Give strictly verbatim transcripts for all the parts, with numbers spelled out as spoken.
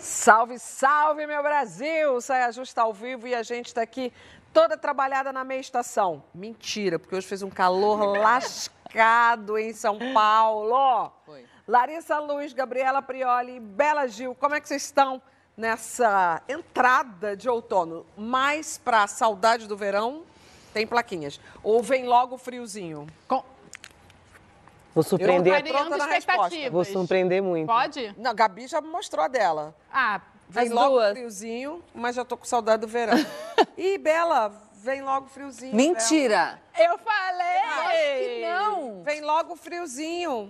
Salve, salve, meu Brasil! Saia Justa ao vivo e a gente está aqui toda trabalhada na meia estação. Mentira, porque hoje fez um calor lascado em São Paulo. Foi. Larissa Luz, Gabriela Prioli, Bela Gil, como é que vocês estão nessa entrada de outono? Mais para a saudade do verão, tem plaquinhas. Ou vem logo o friozinho? Com... Vou surpreender. Eu tô pronta na resposta. Vou surpreender muito. Pode? Não, a Gabi já mostrou a dela. Ah, vem logo duas. Friozinho, mas já tô com saudade do verão. Ih, Bela, vem logo friozinho. Mentira! Bela. Eu falei! Acho que não! Vem logo friozinho.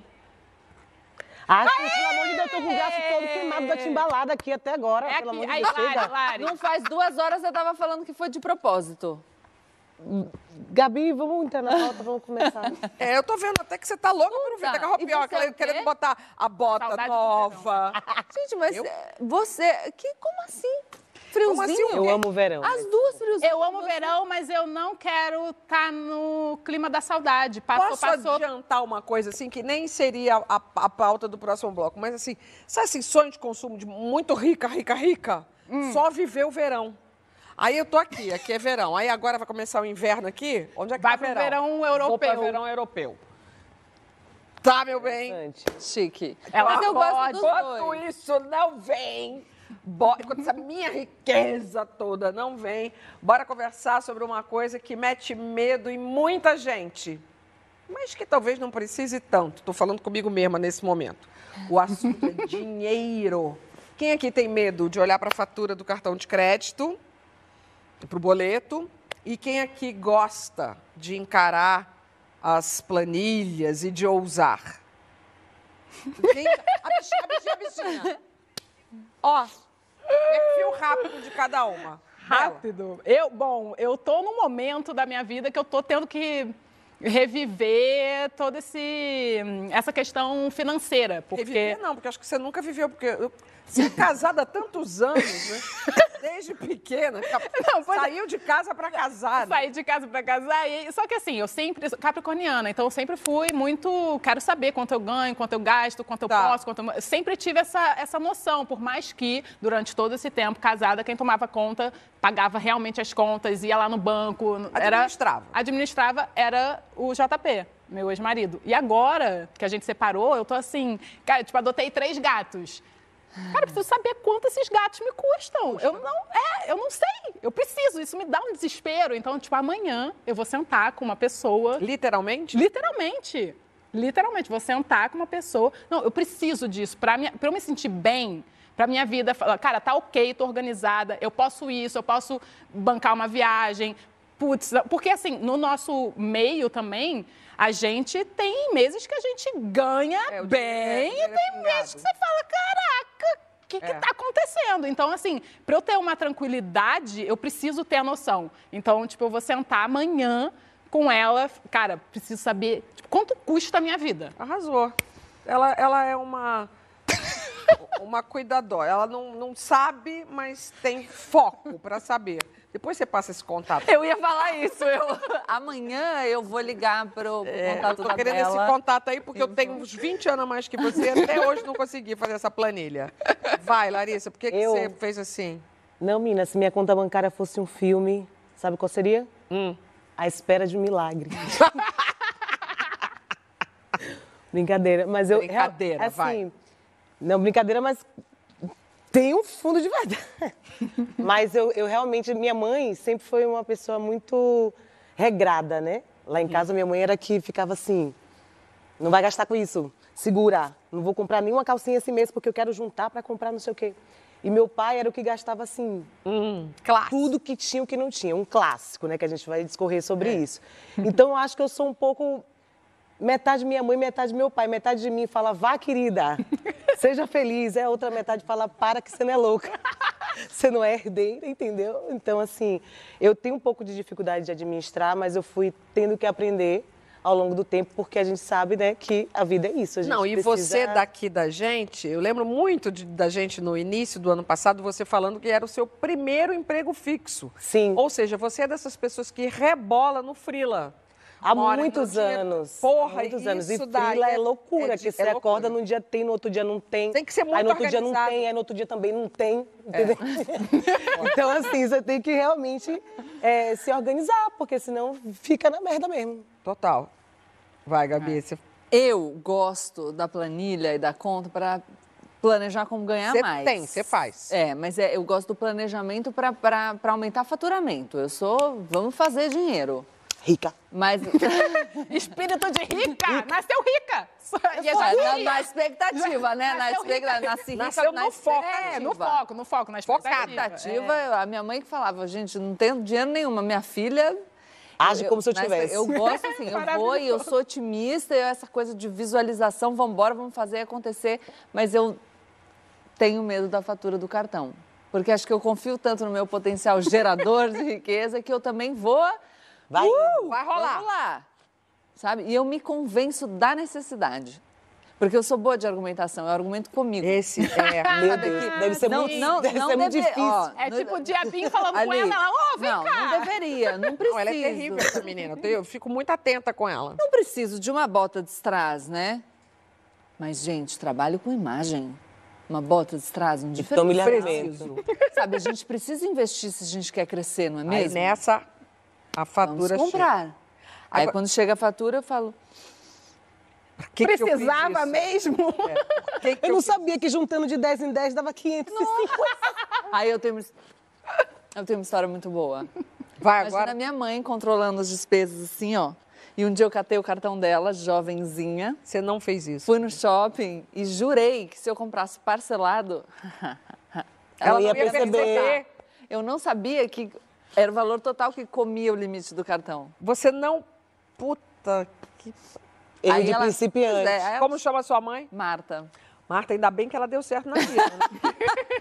Acho que, pelo amor de Deus, eu tô com o braço todo queimado da timbalada aqui até agora. É pelo aqui, amor de aí, Deus. Lari, Lari. Não faz duas horas eu tava falando que foi de propósito. Gabi, vamos entrar na pauta, vamos começar. É, eu tô vendo até que você tá louca por vir. Tá com a roupioca, você é o querendo quê? botar a bota Saudade nova. Gente, mas Eu? você... Que, como assim? Friozinho? Como assim, o Eu amo o verão. As duas friozinhos. Eu amo o verão, mas eu não quero estar no clima da saudade. Passou, Posso passou. adiantar uma coisa assim, que nem seria a, a pauta do próximo bloco, mas assim, sabe assim, sonho de consumo de muito rica, rica, rica? Hum. Só viver o verão. Aí eu tô aqui, aqui é verão. Aí agora vai começar o inverno aqui? Onde é que Vai tá pro verão? verão europeu. Vou pra verão europeu. Tá, meu bem? Bastante. Chique. Ela mas eu pode. gosto dos Enquanto dois. isso não vem, bo- enquanto essa minha riqueza toda não vem, bora conversar sobre uma coisa que mete medo em muita gente, mas que talvez não precise tanto. Estou falando comigo mesma nesse momento. O assunto é dinheiro. Quem aqui tem medo de olhar para a fatura do cartão de crédito, para o boleto? E quem aqui gosta de encarar as planilhas e de ousar? Quem... A bichinha, a bichinha, a bichinha. Ó, perfil rápido de cada uma. Bela. Rápido. Eu, bom, eu tô num momento da minha vida que eu tô tendo que reviver toda esse essa questão financeira, porque Reviver não, porque acho que você nunca viveu, porque eu, você é casada há tantos anos, né? Desde pequena, Não, pois é. saiu de casa para casar. né? saí de casa pra casar. E, só que assim, eu sempre sou capricorniana, então eu sempre fui muito. Quero saber quanto eu ganho, quanto eu gasto, quanto eu Tá. posso, quanto eu, eu sempre tive essa, essa noção, por mais que durante todo esse tempo casada, quem tomava conta pagava realmente as contas, ia lá no banco. Administrava. Era, administrava era o J P, meu ex-marido. E agora que a gente separou, eu tô assim, cara, tipo, adotei três gatos. Cara, eu preciso saber quanto esses gatos me custam. Eu não, é, eu não sei. Eu preciso, isso me dá um desespero. Então, tipo, amanhã eu vou sentar com uma pessoa. Literalmente? Literalmente. Literalmente, vou sentar com uma pessoa. Não, eu preciso disso para eu me sentir bem, para minha vida. Falar, cara, tá ok, tô organizada, eu posso isso, eu posso bancar uma viagem. Putz, porque assim, no nosso meio também, a gente tem meses que a gente ganha É, o bem dinheiro é- e tem dinheiro é meses que pingado. você fala, caraca, o que que É. tá acontecendo? Então, assim, para eu ter uma tranquilidade, eu preciso ter a noção. Então, tipo, eu vou sentar amanhã com ela, cara, preciso saber tipo, quanto custa a minha vida. Arrasou. Ela, ela é uma, uma cuidadora. Ela não, não sabe, mas tem foco para saber. Depois você passa esse contato. Eu ia falar isso. Eu... Amanhã eu vou ligar pro, pro É, eu contato tô da querendo Bela. esse contato aí, porque eu tenho uns vinte anos a mais que você e até hoje não consegui fazer essa planilha. Vai, Larissa, por que, que Eu- você fez assim? Não, mina, se minha conta bancária fosse um filme, sabe qual seria? Hum. A Espera de um Milagre. Brincadeira, mas eu... Brincadeira, assim, vai. Não, brincadeira, mas tem um fundo de verdade. Mas eu, eu realmente... Minha mãe sempre foi uma pessoa muito regrada, né? Lá em casa, minha mãe era que ficava assim... Não vai gastar com isso. Segura. Não vou comprar nenhuma calcinha esse mês porque eu quero juntar para comprar não sei o quê. E meu pai era o que gastava assim... Hum, claro. Tudo que tinha e o que não tinha. Um clássico, né? Que a gente vai discorrer sobre isso. Então, eu acho que eu sou um pouco... Metade minha mãe, metade meu pai. Metade de mim fala, vá, querida, seja feliz. É a outra metade fala, para que você não é louca. Você não é herdeira, entendeu? Então, assim, eu tenho um pouco de dificuldade de administrar, mas eu fui tendo que aprender ao longo do tempo, porque a gente sabe, né, que a vida é isso. A gente Não, e precisa... você daqui da gente, eu lembro muito de- da gente no início do ano passado, você falando que era o seu primeiro emprego fixo. Sim. Ou seja, você é dessas pessoas que rebola no freela. Há mora em muitos outro dia. anos. Porra, há muitos anos. E isso daí frila é é- loucura, é de- que você é loucura. acorda, num dia tem, no outro dia não tem. Tem que ser muito Aí no outro dia não organizado. tem, aí no outro dia também não tem, entendeu? Então, assim, você tem que realmente é, se organizar, porque senão fica na merda mesmo. Total. Vai, É. Gabi. Você Eu gosto da planilha e da conta para planejar como ganhar Você mais. tem, você faz. É, mas é, eu gosto do planejamento para aumentar faturamento. Eu sou, vamos fazer dinheiro. Rica. Mas Espírito de rica! Nasceu rica! E a na, gente na- ria. na expectativa, né? Na Nasceu expectativa. rica. Nasci rica Nasceu na no foco. É, no expectativa. foco, no foco, na Focada. expectativa. Expectativa, a minha mãe que falava, gente, não tenho dinheiro nenhuma. Minha filha... Age como se eu na- tivesse. Eu gosto assim, eu vou e eu sou otimista, e essa coisa de visualização, vamos embora, vamos fazer acontecer, mas eu tenho medo da fatura do cartão. Porque acho que eu confio tanto no meu potencial gerador de riqueza que eu também vou... Vai. Uh, Vai rolar. Vamos lá. Sabe? E eu me convenço da necessidade. Porque eu sou boa de argumentação, eu argumento comigo. Esse é... Meu Sabe Deus, que- deve ser não, muito, não, deve não ser muito deve- difícil. ó, É no- tipo o Diabinho falando com Ali. ela, ela, ô, vem Não, cá. não deveria, não preciso. Não, ela é terrível, essa menina. Eu fico muito atenta com ela. Não preciso de uma bota de strass, né? Mas, gente, trabalho com imagem. Uma bota de strass, um Então, me diferente. alimento. Sabe, a gente precisa investir se a gente quer crescer, não é Aí mesmo? nessa, a Vamos fatura comprar. Aí Agora- quando chega a fatura, eu falo, chega. Que que eu fiz Precisava isso? mesmo? Que que Eu não fiz? sabia que juntando de dez em dez dava quinhentos e cinquenta. aí eu tenho, uma- eu tenho uma história muito boa. Vai Imagina agora. a minha mãe controlando as despesas assim, ó. E um dia eu catei o cartão dela, jovenzinha, Você não fez isso. fui no shopping e jurei que se eu comprasse parcelado, Ela ia não ia perceber. perceber. eu não sabia que era o valor total que comia o limite do cartão. Você não... Puta que... Erro Aí de ela- principiante. Pois é, aí ela- Como chama sua mãe? Marta. Marta, ainda bem que ela deu certo na vida, né?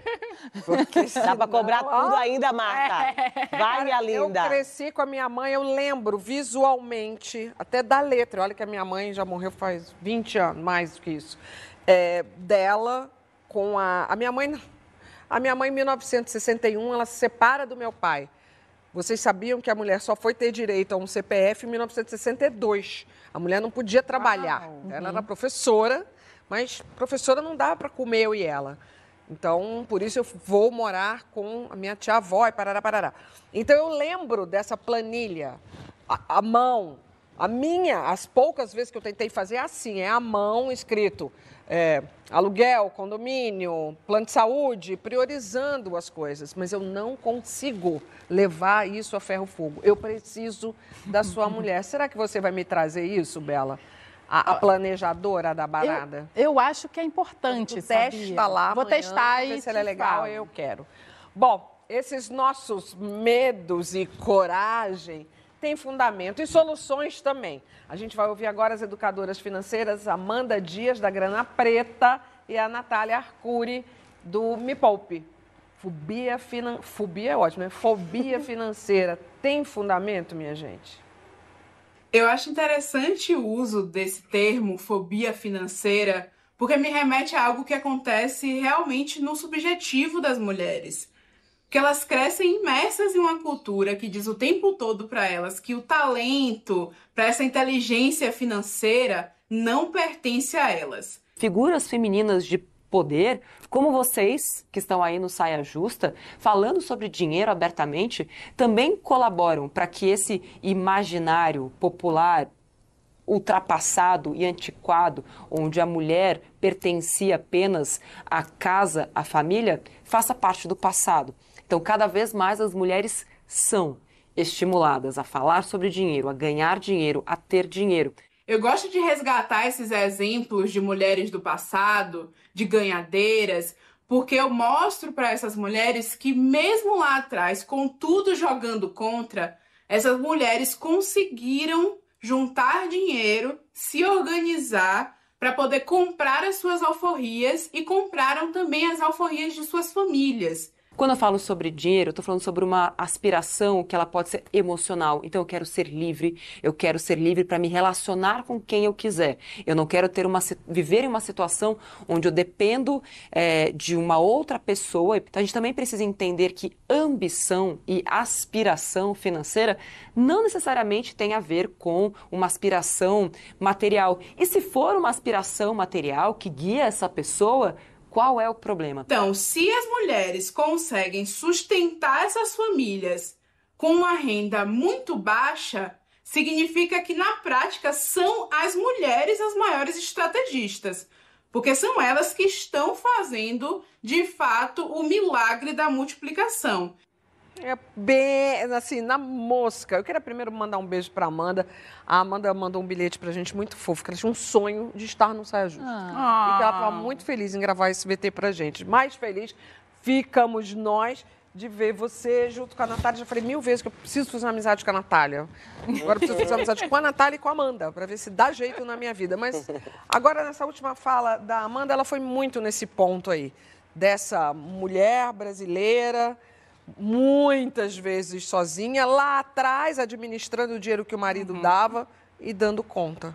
Porque Dá pra cobrar senão, tudo ó, ainda, Marta. Vai, minha linda. Eu cresci com a minha mãe, eu lembro visualmente, até da letra. Olha que a minha mãe já morreu faz vinte anos, mais do que isso. É, dela com a... A minha mãe, a minha mãe, em mil novecentos e sessenta e um, ela se separa do meu pai. Vocês sabiam que a mulher só foi ter direito a um C P F em mil novecentos e sessenta e dois. A mulher não podia trabalhar. Ela era professora, mas professora não dava para comer eu e ela. Então, por isso eu vou morar com a minha tia-avó e parará, parará. Então, eu lembro dessa planilha, a, a mão, a minha, as poucas vezes que eu tentei fazer, é assim, é a mão escrito é, aluguel, condomínio, plano de saúde, priorizando as coisas. Mas eu não consigo levar isso a ferro-fogo. Eu preciso da sua mulher. Será que você vai me trazer isso, Bela? A, a planejadora da barada? Eu, eu acho que é importante, Tu sabia? testa lá Vou amanhã, testar ver e se ela é te legal, falo. eu quero. Bom, esses nossos medos e coragem têm fundamento e soluções também. A gente vai ouvir agora as educadoras financeiras Amanda Dias, da Grana Preta, e a Natália Arcuri, do Me Poupe. Fobia, finan... Fobia é ótimo, né? Fobia financeira tem fundamento, minha gente? Eu acho interessante o uso desse termo, fobia financeira, porque me remete a algo que acontece realmente no subjetivo das mulheres. Que elas crescem imersas em uma cultura que diz o tempo todo para elas que o talento, para essa inteligência financeira, não pertence a elas. Figuras femininas de poder, como vocês, que estão aí no Saia Justa, falando sobre dinheiro abertamente, também colaboram para que esse imaginário popular ultrapassado e antiquado, onde a mulher pertencia apenas à casa, à família, faça parte do passado. Então, cada vez mais as mulheres são estimuladas a falar sobre dinheiro, a ganhar dinheiro, a ter dinheiro. Eu gosto de resgatar esses exemplos de mulheres do passado, de ganhadeiras, porque eu mostro para essas mulheres que mesmo lá atrás, com tudo jogando contra, essas mulheres conseguiram juntar dinheiro, se organizar para poder comprar as suas alforrias e compraram também as alforrias de suas famílias. Quando eu falo sobre dinheiro, eu estou falando sobre uma aspiração que ela pode ser emocional. Então, eu quero ser livre, eu quero ser livre para me relacionar com quem eu quiser. Eu não quero ter uma, viver em uma situação onde eu dependo é, de uma outra pessoa. Então, a gente também precisa entender que ambição e aspiração financeira não necessariamente tem a ver com uma aspiração material. E se for uma aspiração material que guia essa pessoa, qual é o problema? Então, se as mulheres conseguem sustentar essas famílias com uma renda muito baixa, significa que na prática são as mulheres as maiores estrategistas, porque são elas que estão fazendo, de fato, o milagre da multiplicação. É bem, assim, na mosca. Eu queria primeiro mandar um beijo para Amanda. A Amanda mandou um bilhete pra gente muito fofo, que ela tinha um sonho de estar no Saia Justa. Ah. E que ela estava muito feliz em gravar esse V T pra gente. Mais feliz ficamos nós de ver você junto com a Natália. Já falei mil vezes que eu preciso fazer uma amizade com a Natália. Agora eu preciso fazer uma amizade com a Natália e com a Amanda, para ver se dá jeito na minha vida. Mas agora, nessa última fala da Amanda, ela foi muito nesse ponto aí, dessa mulher brasileira, muitas vezes sozinha, lá atrás, administrando o dinheiro que o marido uhum. dava e dando conta.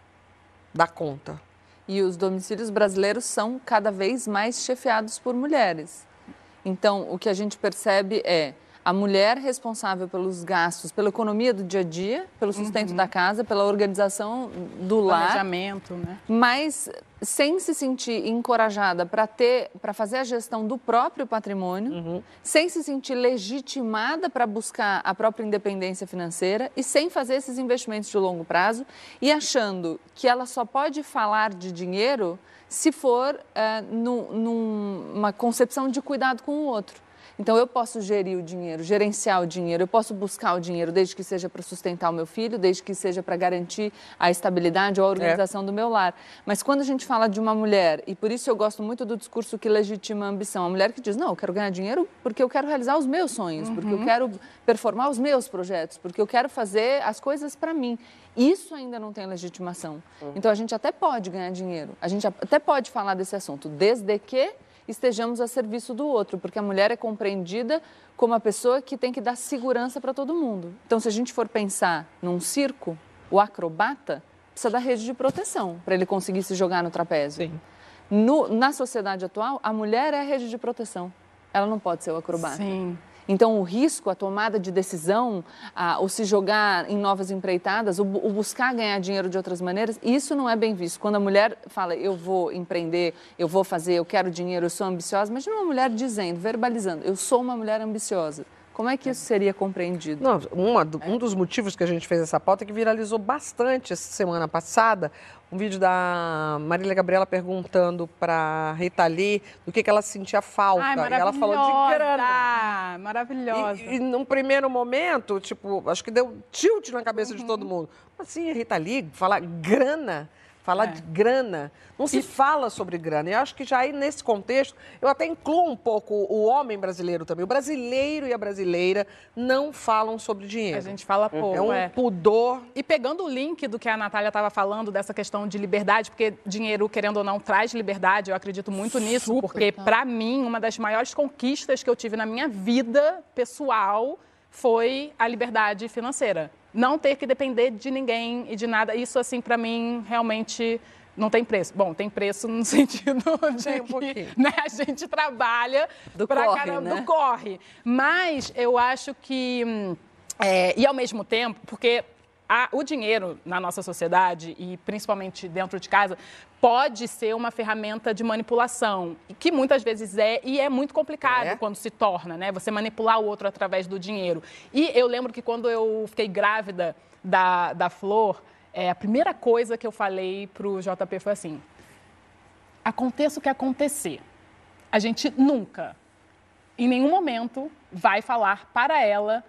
Dá conta. E os domicílios brasileiros são cada vez mais chefiados por mulheres. Então, o que a gente percebe é a mulher responsável pelos gastos, pela economia do dia a dia, pelo sustento uhum. da casa, pela organização do lar. Planejamento, né? Mas sem se sentir encorajada para ter, para fazer a gestão do próprio patrimônio, uhum. sem se sentir legitimada para buscar a própria independência financeira e sem fazer esses investimentos de longo prazo e achando que ela só pode falar de dinheiro se for uh, num, numa concepção de cuidado com o outro. Então, eu posso gerir o dinheiro, gerenciar o dinheiro, eu posso buscar o dinheiro desde que seja para sustentar o meu filho, desde que seja para garantir a estabilidade ou a organização é. do meu lar. Mas quando a gente fala de uma mulher, e por isso eu gosto muito do discurso que legitima a ambição, a mulher que diz, não, eu quero ganhar dinheiro porque eu quero realizar os meus sonhos, uhum. porque eu quero performar os meus projetos, porque eu quero fazer as coisas para mim. Isso ainda não tem legitimação. Uhum. Então, a gente até pode ganhar dinheiro, a gente até pode falar desse assunto, desde que estejamos a serviço do outro, porque a mulher é compreendida como a pessoa que tem que dar segurança para todo mundo. Então, se a gente for pensar num circo, o acrobata precisa da rede de proteção para ele conseguir se jogar no trapézio. Sim. No, na sociedade atual, a mulher é a rede de proteção. Ela não pode ser o acrobata. Sim. Então, o risco, a tomada de decisão, a, o se jogar em novas empreitadas, o, o buscar ganhar dinheiro de outras maneiras, isso não é bem visto. Quando a mulher fala, eu vou empreender, eu vou fazer, eu quero dinheiro, eu sou ambiciosa, imagina uma mulher dizendo, verbalizando, eu sou uma mulher ambiciosa. Como é que isso seria compreendido? Não, uma, um dos motivos que a gente fez essa pauta é que viralizou bastante essa semana passada um vídeo da Marília Gabriela perguntando para Rita Lee do que, que ela sentia falta. Ai, e ela falou de grana. Maravilhosa. E, e num primeiro momento, tipo, acho que deu tilt na cabeça uhum. de todo mundo. Assim, Rita Lee, falar grana... Falar é. de grana, não se e... fala sobre grana. E acho que já aí, nesse contexto, eu até incluo um pouco o homem brasileiro também. O brasileiro e a brasileira não falam sobre dinheiro. A gente fala pouco, É um é. pudor. E pegando o link do que a Natália estava falando, dessa questão de liberdade, porque dinheiro, querendo ou não, traz liberdade, eu acredito muito nisso, Super. porque, para mim, uma das maiores conquistas que eu tive na minha vida pessoal foi a liberdade financeira. Não ter que depender de ninguém e de nada. Isso, assim, para mim, realmente não tem preço. Bom, tem preço no sentido de um que né, a gente trabalha para caramba, né? do corre. Mas eu acho que... É, e, ao mesmo tempo, porque a, o dinheiro na nossa sociedade, e principalmente dentro de casa, pode ser uma ferramenta de manipulação, que muitas vezes é, e é muito complicado é. quando se torna, né? Você manipular o outro através do dinheiro. E eu lembro que quando eu fiquei grávida da, da Flor, é, a primeira coisa que eu falei pro J P foi assim, aconteça o que acontecer, a gente nunca, em nenhum momento, vai falar para ela,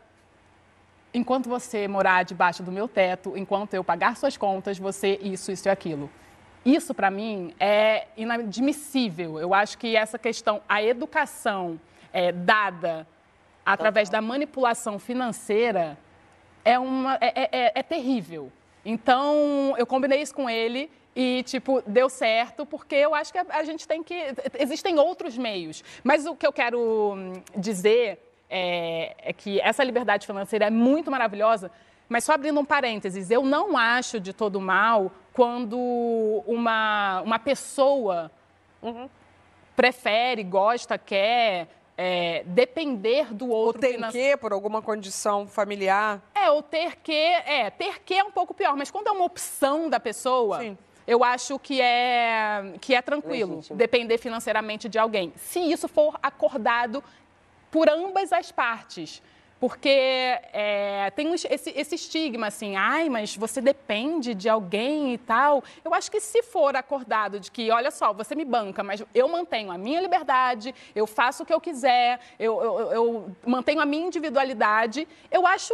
enquanto você morar debaixo do meu teto, enquanto eu pagar suas contas, você isso, isso e aquilo. Isso, para mim, é inadmissível. Eu acho que essa questão, a educação é, dada através da manipulação financeira é, uma, é, é, é terrível. Então, eu combinei isso com ele e, tipo, deu certo, porque eu acho que a, a gente tem que... Existem outros meios. Mas o que eu quero dizer é, é que essa liberdade financeira é muito maravilhosa, mas só abrindo um parênteses, eu não acho de todo mal quando uma, uma pessoa uhum. prefere, gosta, quer... É, depender do outro. Ou tem finan... que, por alguma condição familiar. É, ou ter que, é, ter que é um pouco pior, mas quando é uma opção da pessoa, Sim. eu acho que é, que é tranquilo Legítimo. depender financeiramente de alguém. Se isso for acordado por ambas as partes. Porque é, tem esse, esse estigma, assim, ai, mas você depende de alguém e tal. Eu acho que se for acordado de que, olha só, você me banca, mas eu mantenho a minha liberdade, eu faço o que eu quiser, eu, eu, eu mantenho a minha individualidade, eu acho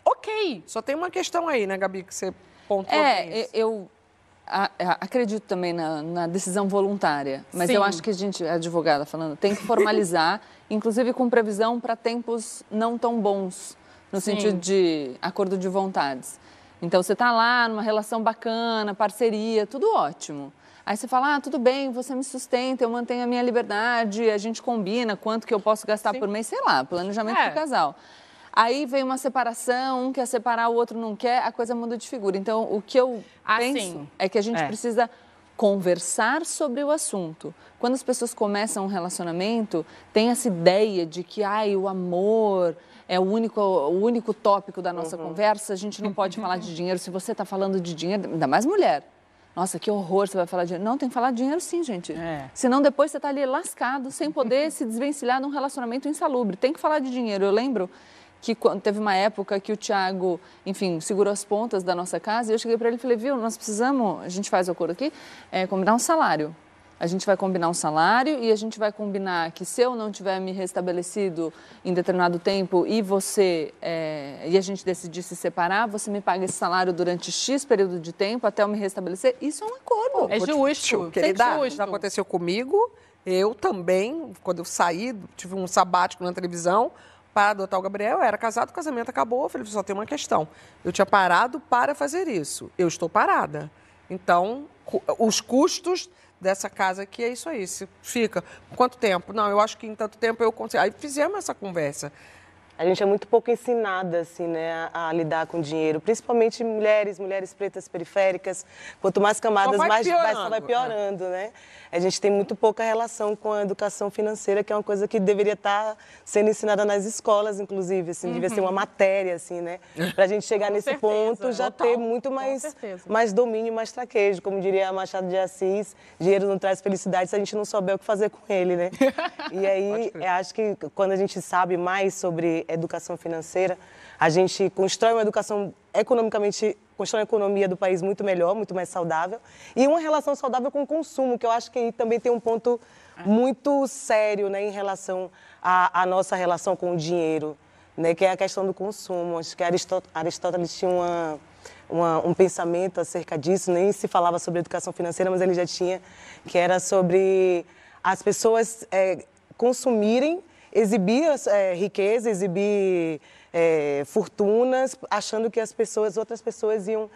ok. Só tem uma questão aí, né, Gabi, que você pontuou. É, eu a, a, acredito também na, na decisão voluntária, mas Sim. eu acho que a gente, a advogada falando, tem que formalizar, inclusive com previsão para tempos não tão bons, no Sim. sentido de acordo de vontades. Então, você está lá numa relação bacana, parceria, tudo ótimo. Aí você fala, ah, tudo bem, você me sustenta, eu mantenho a minha liberdade, a gente combina quanto que eu posso gastar Sim. por mês, sei lá, planejamento é. do casal. Aí vem uma separação, um quer separar, o outro não quer, a coisa muda de figura. Então, o que eu ah, penso sim. é que a gente é. precisa conversar sobre o assunto. Quando as pessoas começam um relacionamento, tem essa ideia de que ai, o amor é o único, o único tópico da nossa uhum. conversa, a gente não pode falar de dinheiro. Se você está falando de dinheiro, ainda mais mulher. Nossa, que horror, você vai falar de dinheiro. Não, tem que falar de dinheiro sim, gente. É. Senão depois você está ali lascado, sem poder se desvencilhar num relacionamento insalubre. Tem que falar de dinheiro. Eu lembro que quando teve uma época que o Thiago, enfim, segurou as pontas da nossa casa e eu cheguei para ele e falei, viu, nós precisamos, a gente faz o acordo aqui, é, combinar um salário. A gente vai combinar um salário e a gente vai combinar que se eu não tiver me restabelecido em determinado tempo e você, é, e a gente decidir se separar, você me paga esse salário durante X período de tempo até eu me restabelecer. Isso é um acordo. É justo. Querida, isso aconteceu comigo, eu também, quando eu saí, tive um sabático na televisão, para adotar o Gabriel, eu era casado, o casamento acabou, eu falei, só tem uma questão. Eu tinha parado para fazer isso. Eu estou parada. Então, os custos dessa casa aqui é isso aí. Se fica, quanto tempo? Não, eu acho que em tanto tempo eu consigo. Aí fizemos essa conversa. A gente é muito pouco ensinada, assim, né, a, a lidar com dinheiro, principalmente mulheres, mulheres pretas periféricas. Quanto mais camadas, vai mais piorando. vai, só vai piorando, né? A gente tem muito pouca relação com a educação financeira, que é uma coisa que deveria estar sendo ensinada nas escolas, inclusive, assim, uhum. devia ser uma matéria, assim, né? Para a gente chegar com nesse certeza, ponto, já total, ter muito mais, mais domínio, mais traquejo, como diria Machado de Assis, dinheiro não traz felicidade se a gente não souber o que fazer com ele, né? E aí, eu acho que quando a gente sabe mais sobre educação financeira, a gente constrói uma educação economicamente, constrói uma economia do país muito melhor, muito mais saudável, e uma relação saudável com o consumo, que eu acho que aí também tem um ponto muito sério, né, em relação à, à nossa relação com o dinheiro, né, que é a questão do consumo. Acho que Aristó- Aristóteles tinha uma, uma, um pensamento acerca disso, nem se falava sobre educação financeira, mas ele já tinha, que era sobre as pessoas é, consumirem, exibir é, riqueza, exibir é, fortunas, achando que as pessoas, outras pessoas iam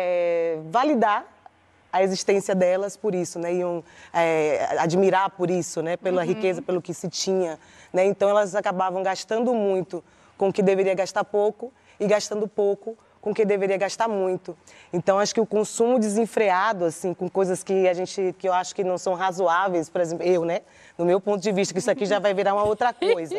é, validar a existência delas por isso, né? Iam é, admirar por isso, né? Pela uhum. riqueza, pelo que se tinha, né? Então elas acabavam gastando muito com o que deveria gastar pouco e gastando pouco com o que deveria gastar muito. Então acho que o consumo desenfreado, assim, com coisas que a gente, que eu acho que não são razoáveis, por exemplo, eu, né? No meu ponto de vista, que isso aqui já vai virar uma outra coisa.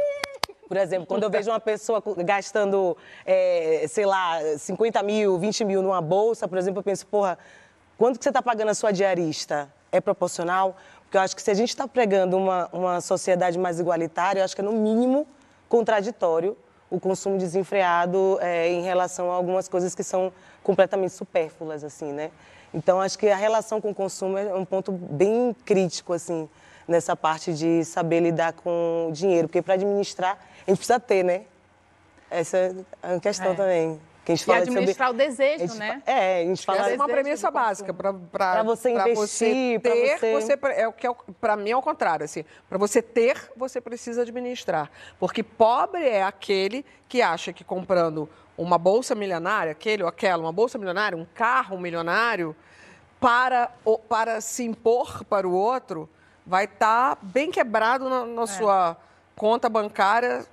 Por exemplo, quando eu vejo uma pessoa gastando, é, sei lá, cinquenta mil, vinte mil numa bolsa, por exemplo, eu penso, porra, quanto que você está pagando a sua diarista? É proporcional? Porque eu acho que se a gente está pregando uma, uma sociedade mais igualitária, eu acho que é no mínimo contraditório o consumo desenfreado é, em relação a algumas coisas que são completamente supérfluas, assim, né? Então, acho que a relação com o consumo é um ponto bem crítico, assim, nessa parte de saber lidar com o dinheiro, porque para administrar, a gente precisa ter, né? Essa é uma questão é. também. Que a gente e fala administrar de saber... o desejo, gente, né? É, a gente fala... Essa é uma premissa básica para você investir, para você ter, você... você, é o que é, para mim é o contrário, assim, para você ter, você precisa administrar, porque pobre é aquele que acha que comprando uma bolsa milionária, aquele ou aquela, uma bolsa milionária, um carro milionário, para, o- para se impor para o outro, vai estar bem quebrado na, na sua conta bancária,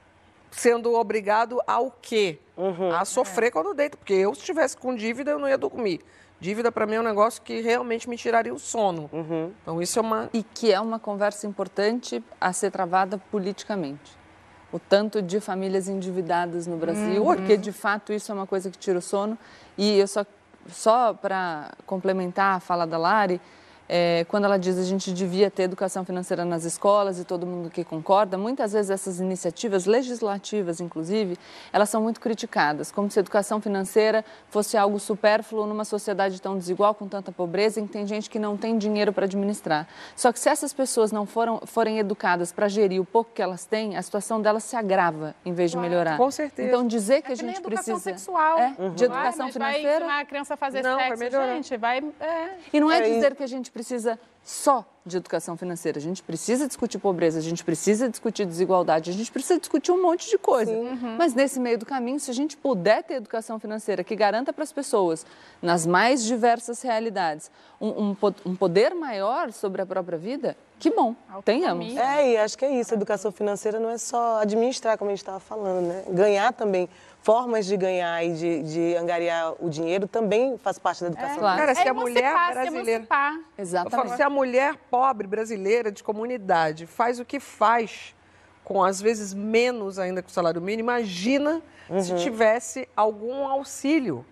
sendo obrigado ao quê? A sofrer quando deita. Porque eu, se estivesse com dívida, eu não ia dormir. Dívida, para mim, é um negócio que realmente me tiraria o sono. Então, isso é uma... E que é uma conversa importante a ser travada politicamente. O tanto de famílias endividadas no Brasil, porque de fato isso é uma coisa que tira o sono. E eu só, só para complementar a fala da Lari, é, quando ela diz que a gente devia ter educação financeira nas escolas e todo mundo que concorda, muitas vezes essas iniciativas legislativas, inclusive, elas são muito criticadas, como se a educação financeira fosse algo supérfluo numa sociedade tão desigual, com tanta pobreza, em que tem gente que não tem dinheiro para administrar. Só que se essas pessoas não foram, forem educadas para gerir o pouco que elas têm, a situação delas se agrava em vez de melhorar. com certeza. Então, dizer que É a que nem gente educação precisa sexual. é, de educação Vai, mas vai financeira... ensinar a criança a fazer Não, vai sexo, melhorar. gente, vai... é. E não é, É, e- dizer que a gente precisa só de educação financeira. A gente precisa discutir pobreza, a gente precisa discutir desigualdade, a gente precisa discutir um monte de coisa. Mas nesse meio do caminho, se a gente puder ter educação financeira que garanta para as pessoas, nas mais diversas realidades, um, um, po- um poder maior sobre a própria vida, que bom, tenhamos. É, e acho que é isso. A educação financeira não é só administrar, como a gente estava falando, né? Ganhar também. Formas de ganhar e de, de angariar o dinheiro também faz parte da educação. claro. Cara, se É a mulher emancipar, se brasileira... emancipar. Eu falo, Exatamente. se a mulher pobre brasileira de comunidade faz o que faz, com às vezes menos ainda que o salário mínimo, imagina se tivesse algum auxílio,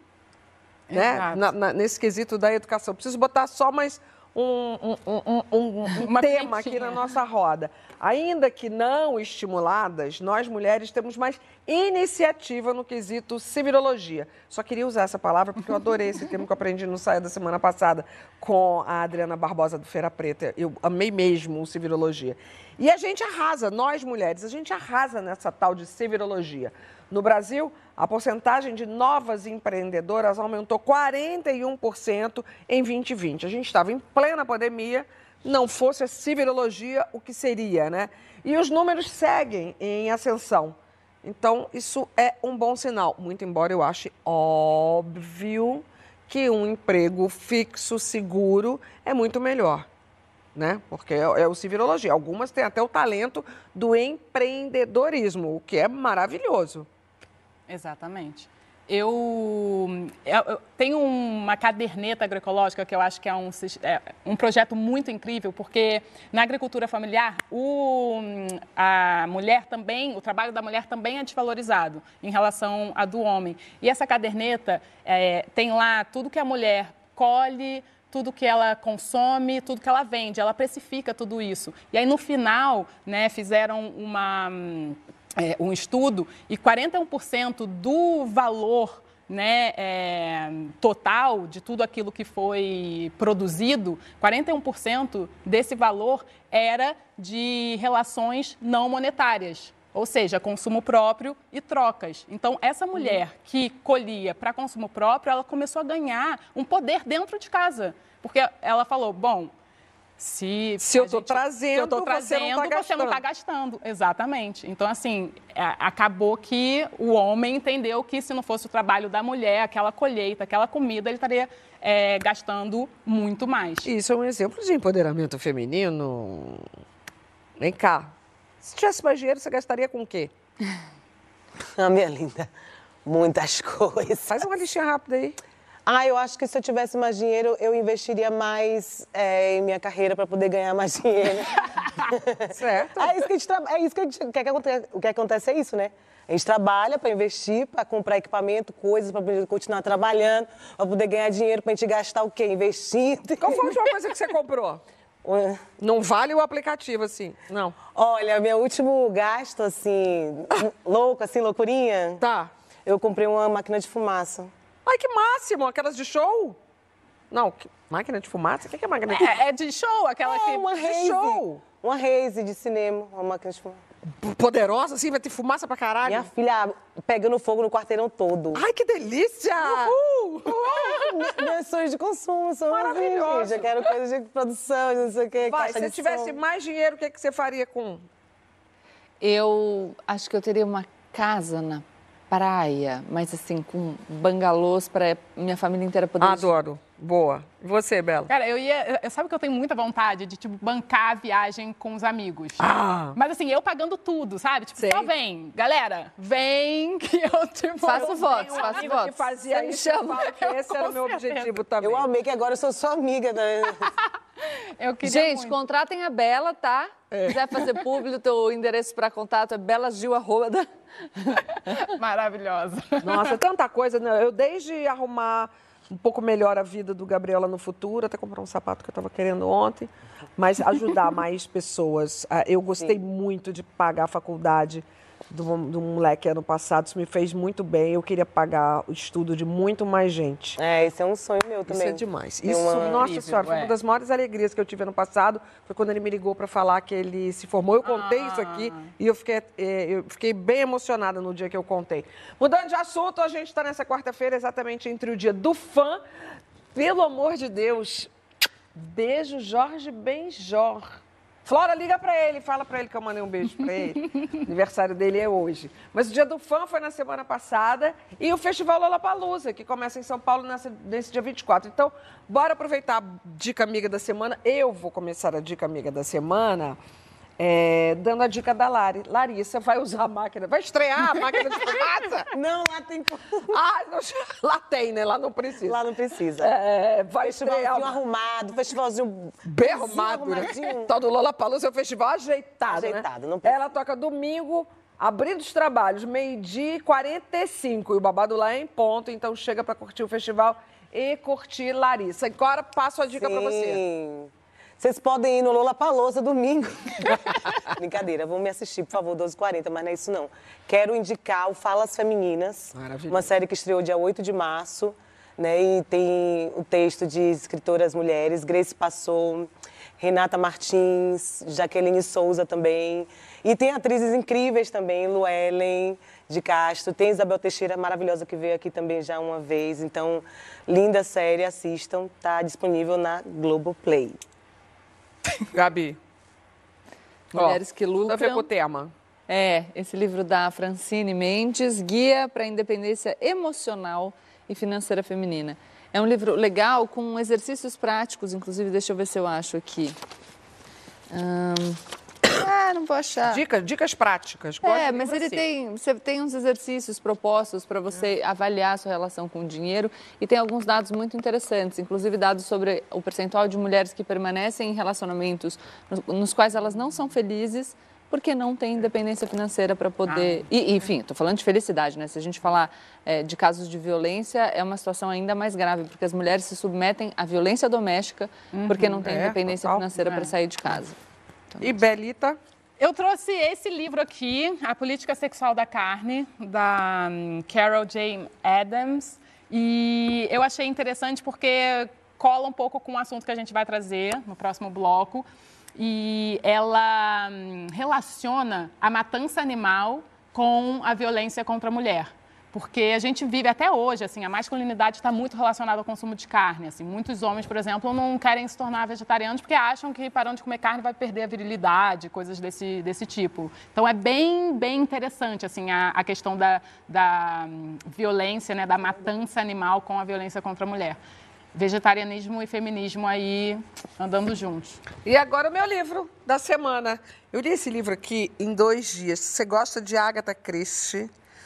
né? Exato. Na- na- nesse quesito da educação. Preciso botar só mais um, um- um- um- um- um Uma tema aqui pimentinha. na nossa roda. Ainda que não estimuladas, nós mulheres temos mais iniciativa no quesito civilologia. Só queria usar essa palavra porque eu adorei esse termo que eu aprendi no Saia da semana passada com a Adriana Barbosa do Feira Preta. Eu amei mesmo o civilologia. E a gente arrasa, nós mulheres, a gente arrasa nessa tal de civilologia. No Brasil, a porcentagem de novas empreendedoras aumentou quarenta e um por cento em vinte e vinte. A gente estava em plena pandemia, não fosse a civilologia, o que seria, né? E os números seguem em ascensão. Então, isso é um bom sinal, muito embora eu ache óbvio que um emprego fixo, seguro, é muito melhor, né? Porque é, é o civilologia. Algumas têm até o talento do empreendedorismo, o que é maravilhoso. Exatamente. Eu, eu, eu tenho uma caderneta agroecológica que eu acho que é um, sis- é um projeto muito incrível, porque na agricultura familiar o, a mulher também, o trabalho da mulher também é desvalorizado em relação à do homem. E essa caderneta é, tem lá tudo que a mulher colhe, tudo que ela consome, tudo que ela vende, ela precifica tudo isso. E aí, no final, né, fizeram uma, hum, é, um estudo e quarenta e um por cento do valor, né, é, total de tudo aquilo que foi produzido, quarenta e um por cento desse valor era de relações não monetárias. Ou seja, consumo próprio e trocas. Então, essa mulher que colhia para consumo próprio, ela começou a ganhar um poder dentro de casa. Porque ela falou, bom, se... Se eu a estou gente- trazendo, se eu tô você trazendo, não está você não está gastando. Exatamente. Então, assim, a- acabou que o homem entendeu que se não fosse o trabalho da mulher, aquela colheita, aquela comida, ele estaria é, gastando muito mais. Isso é um exemplo de empoderamento feminino. Vem cá. Se tivesse mais dinheiro, você gastaria com o quê? Ah, minha linda, muitas coisas. Faz uma listinha rápida aí. Ah, eu acho que se eu tivesse mais dinheiro, eu investiria mais é, em minha carreira para poder ganhar mais dinheiro. Certo. É isso que a gente tra- é isso que a gente quer que aconteça. O que acontece é isso, né? A gente trabalha para investir, para comprar equipamento, coisas, para poder continuar trabalhando, para poder ganhar dinheiro, para a gente gastar o quê? Investindo. Qual foi a última coisa que você comprou? Ué. Não vale o aplicativo, assim. Não. Olha, meu último gasto, assim, louco, assim, loucurinha, Tá. eu comprei uma máquina de fumaça. Ai, que máximo! Aquelas de show? Não, que- máquina de fumaça? O que é máquina de É, é de show, aquela que... É, uma de Raze. show? Uma Raze de cinema, uma máquina de fumaça. Poderosa, assim? Vai ter fumaça pra caralho? Minha filha pegando fogo no quarteirão todo. Ai, que delícia! Uhul! Me- Meus sonhos de consumo são Maravilhoso. assim, gente. Eu quero coisas de produção, não sei o quê, Vai, caixa se de tivesse som. mais dinheiro, o que, que você faria com? Eu acho que eu teria uma casa na praia, mas assim, com bangalôs para minha família inteira poder... Adoro. Boa. E você, Bela? Cara, eu ia. Eu, sabe que eu tenho muita vontade de, tipo, bancar a viagem com os amigos. Ah! Mas assim, eu pagando tudo, sabe? Tipo, Sei. só vem. Galera, vem que eu, tipo. Faço fotos, Um faço amigo que fotos. fazia Você me isso, eu chama. falo que esse era o meu Com certeza. objetivo também. Eu amei que agora eu sou sua amiga, né? Eu queria Gente, muito. contratem a Bela, tá? Se quiser fazer público, teu endereço para contato é belagil, arroba da... Maravilhosa. Nossa, tanta coisa, né? Eu desde arrumar um pouco melhor a vida do Gabriel lá no futuro, até comprar um sapato que eu estava querendo ontem, mas ajudar mais pessoas. Ah, Eu gostei muito de pagar a faculdade do, do moleque ano passado, isso me fez muito bem. Eu queria pagar o estudo de muito mais gente. É, esse é um sonho meu também. Isso é demais. Tem Isso, uma- nossa Incrível, senhora, foi é. uma das maiores alegrias que eu tive ano passado. Foi quando ele me ligou para falar que ele se formou. Eu contei Ah. isso aqui e eu fiquei, eh, eu fiquei bem emocionada no dia que eu contei. Mudando de assunto, a gente está nessa quarta-feira, exatamente entre o dia do fã. Pelo amor de Deus, beijo Jorge Benjor. Flora, liga pra ele, fala pra ele que eu mandei um beijo pra ele. O aniversário dele é hoje. Mas o dia do fã foi na semana passada e o Festival Lollapalooza, que começa em São Paulo nessa, nesse dia vinte e quatro. Então, bora aproveitar a dica amiga da semana. Eu vou começar a dica amiga da semana é, dando a dica da Lari. Larissa vai usar a máquina, vai estrear a máquina de fumaça? Não, lá tem... Ah, não, lá tem, né? Lá não precisa. Lá não precisa. É, vai estrear Festivalzinho uma... arrumado, festivalzinho... Bem arrumado, né? arrumadinho. Tal do Lollapalooza é um festival ajeitado, Ajeitado, né? não precisa. Ela toca domingo, abrindo os trabalhos, meio-dia e quarenta e cinco. E o babado lá é em ponto, então chega pra curtir o festival e curtir Larissa. Agora passo a dica pra você. Sim. Vocês podem ir no Lollapalooza domingo. Brincadeira, vão me assistir, por favor, doze e quarenta, mas não é isso não. Quero indicar o Falas Femininas, Maravilhoso. uma série que estreou dia oito de março, né? E tem o texto de escritoras mulheres, Grace Passou, Renata Martins, Jaqueline Souza também. E tem atrizes incríveis também, Luellen de Castro, tem Isabel Teixeira, maravilhosa, que veio aqui também já uma vez. Então, linda série, assistam, tá disponível na Globoplay. Gabi. Mulheres que Tudo a ver com o lucram. tema. É, esse livro da Francine Mendes, Guia para a Independência Emocional e Financeira Feminina. É um livro legal, com exercícios práticos, inclusive, deixa eu ver se eu acho aqui. Hum, Ah, não vou achar. Dicas, dicas práticas. Gosto É, de mas ele você. tem, você tem uns exercícios propostos para você avaliar a sua relação com o dinheiro e tem alguns dados muito interessantes, inclusive dados sobre o percentual de mulheres que permanecem em relacionamentos nos, nos quais elas não são felizes porque não têm independência financeira para poder... E, enfim, estou falando de felicidade, né? Se a gente falar é, de casos de violência, é uma situação ainda mais grave, porque as mulheres se submetem à violência doméstica porque não têm é, independência total. financeira É. para sair de casa. E Belita? Eu trouxe esse livro aqui, A Política Sexual da Carne, da hum, Carol J. Adams. E eu achei interessante porque cola um pouco com o assunto que a gente vai trazer no próximo bloco. E ela hum, relaciona a matança animal com a violência contra a mulher. Porque a gente vive até hoje, assim, a masculinidade está muito relacionada ao consumo de carne. Assim, muitos homens, por exemplo, não querem se tornar vegetarianos porque acham que parando de comer carne vai perder a virilidade, coisas desse, desse tipo. Então é bem, bem interessante assim, a, a questão da, da hum, violência, né, da matança animal com a violência contra a mulher. Vegetarianismo e feminismo aí andando juntos. E agora o meu livro da semana. Eu li esse livro aqui em dois dias. Se você gosta de Agatha Christie,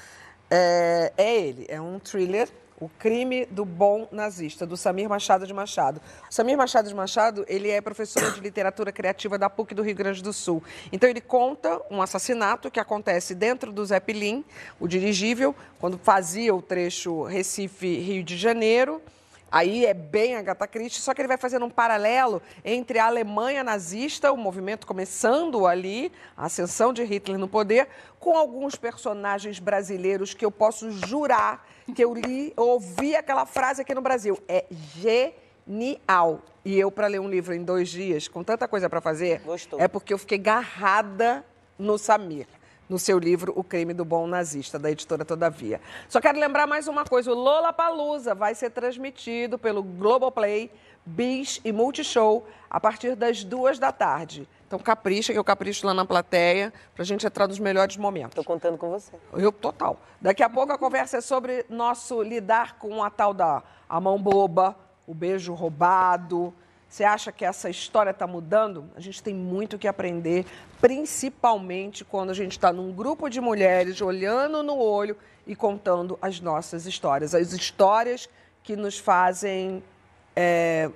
é, é ele. É um thriller, O Crime do Bom Nazista, do Samir Machado de Machado. O Samir Machado de Machado, ele é professor de literatura criativa da P U C do Rio Grande do Sul. Então, ele conta um assassinato que acontece dentro do Zeppelin, o dirigível, quando fazia o trecho Recife-Rio de Janeiro. Aí é bem Agatha Christie, só que ele vai fazendo um paralelo entre a Alemanha nazista, o movimento começando ali, a ascensão de Hitler no poder, com alguns personagens brasileiros que eu posso jurar que eu li, ouvi aquela frase aqui no Brasil. É genial. E eu, para ler um livro em dois dias, com tanta coisa para fazer, Gostou. é porque eu fiquei garrada no Samir, no seu livro O Crime do Bom Nazista, da editora Todavia. Só quero lembrar mais uma coisa, o Lollapalooza vai ser transmitido pelo Globoplay, Bis e Multishow a partir das duas da tarde. Então capricha, que eu capricho lá na plateia, pra gente entrar nos melhores momentos. Tô contando com você. Eu, total. Daqui a pouco a conversa é sobre nosso lidar com a tal da a mão boba, o beijo roubado. Você acha que essa história está mudando? A gente tem muito que aprender, principalmente quando a gente está num grupo de mulheres olhando no olho e contando as nossas histórias. As histórias que nos fazem é,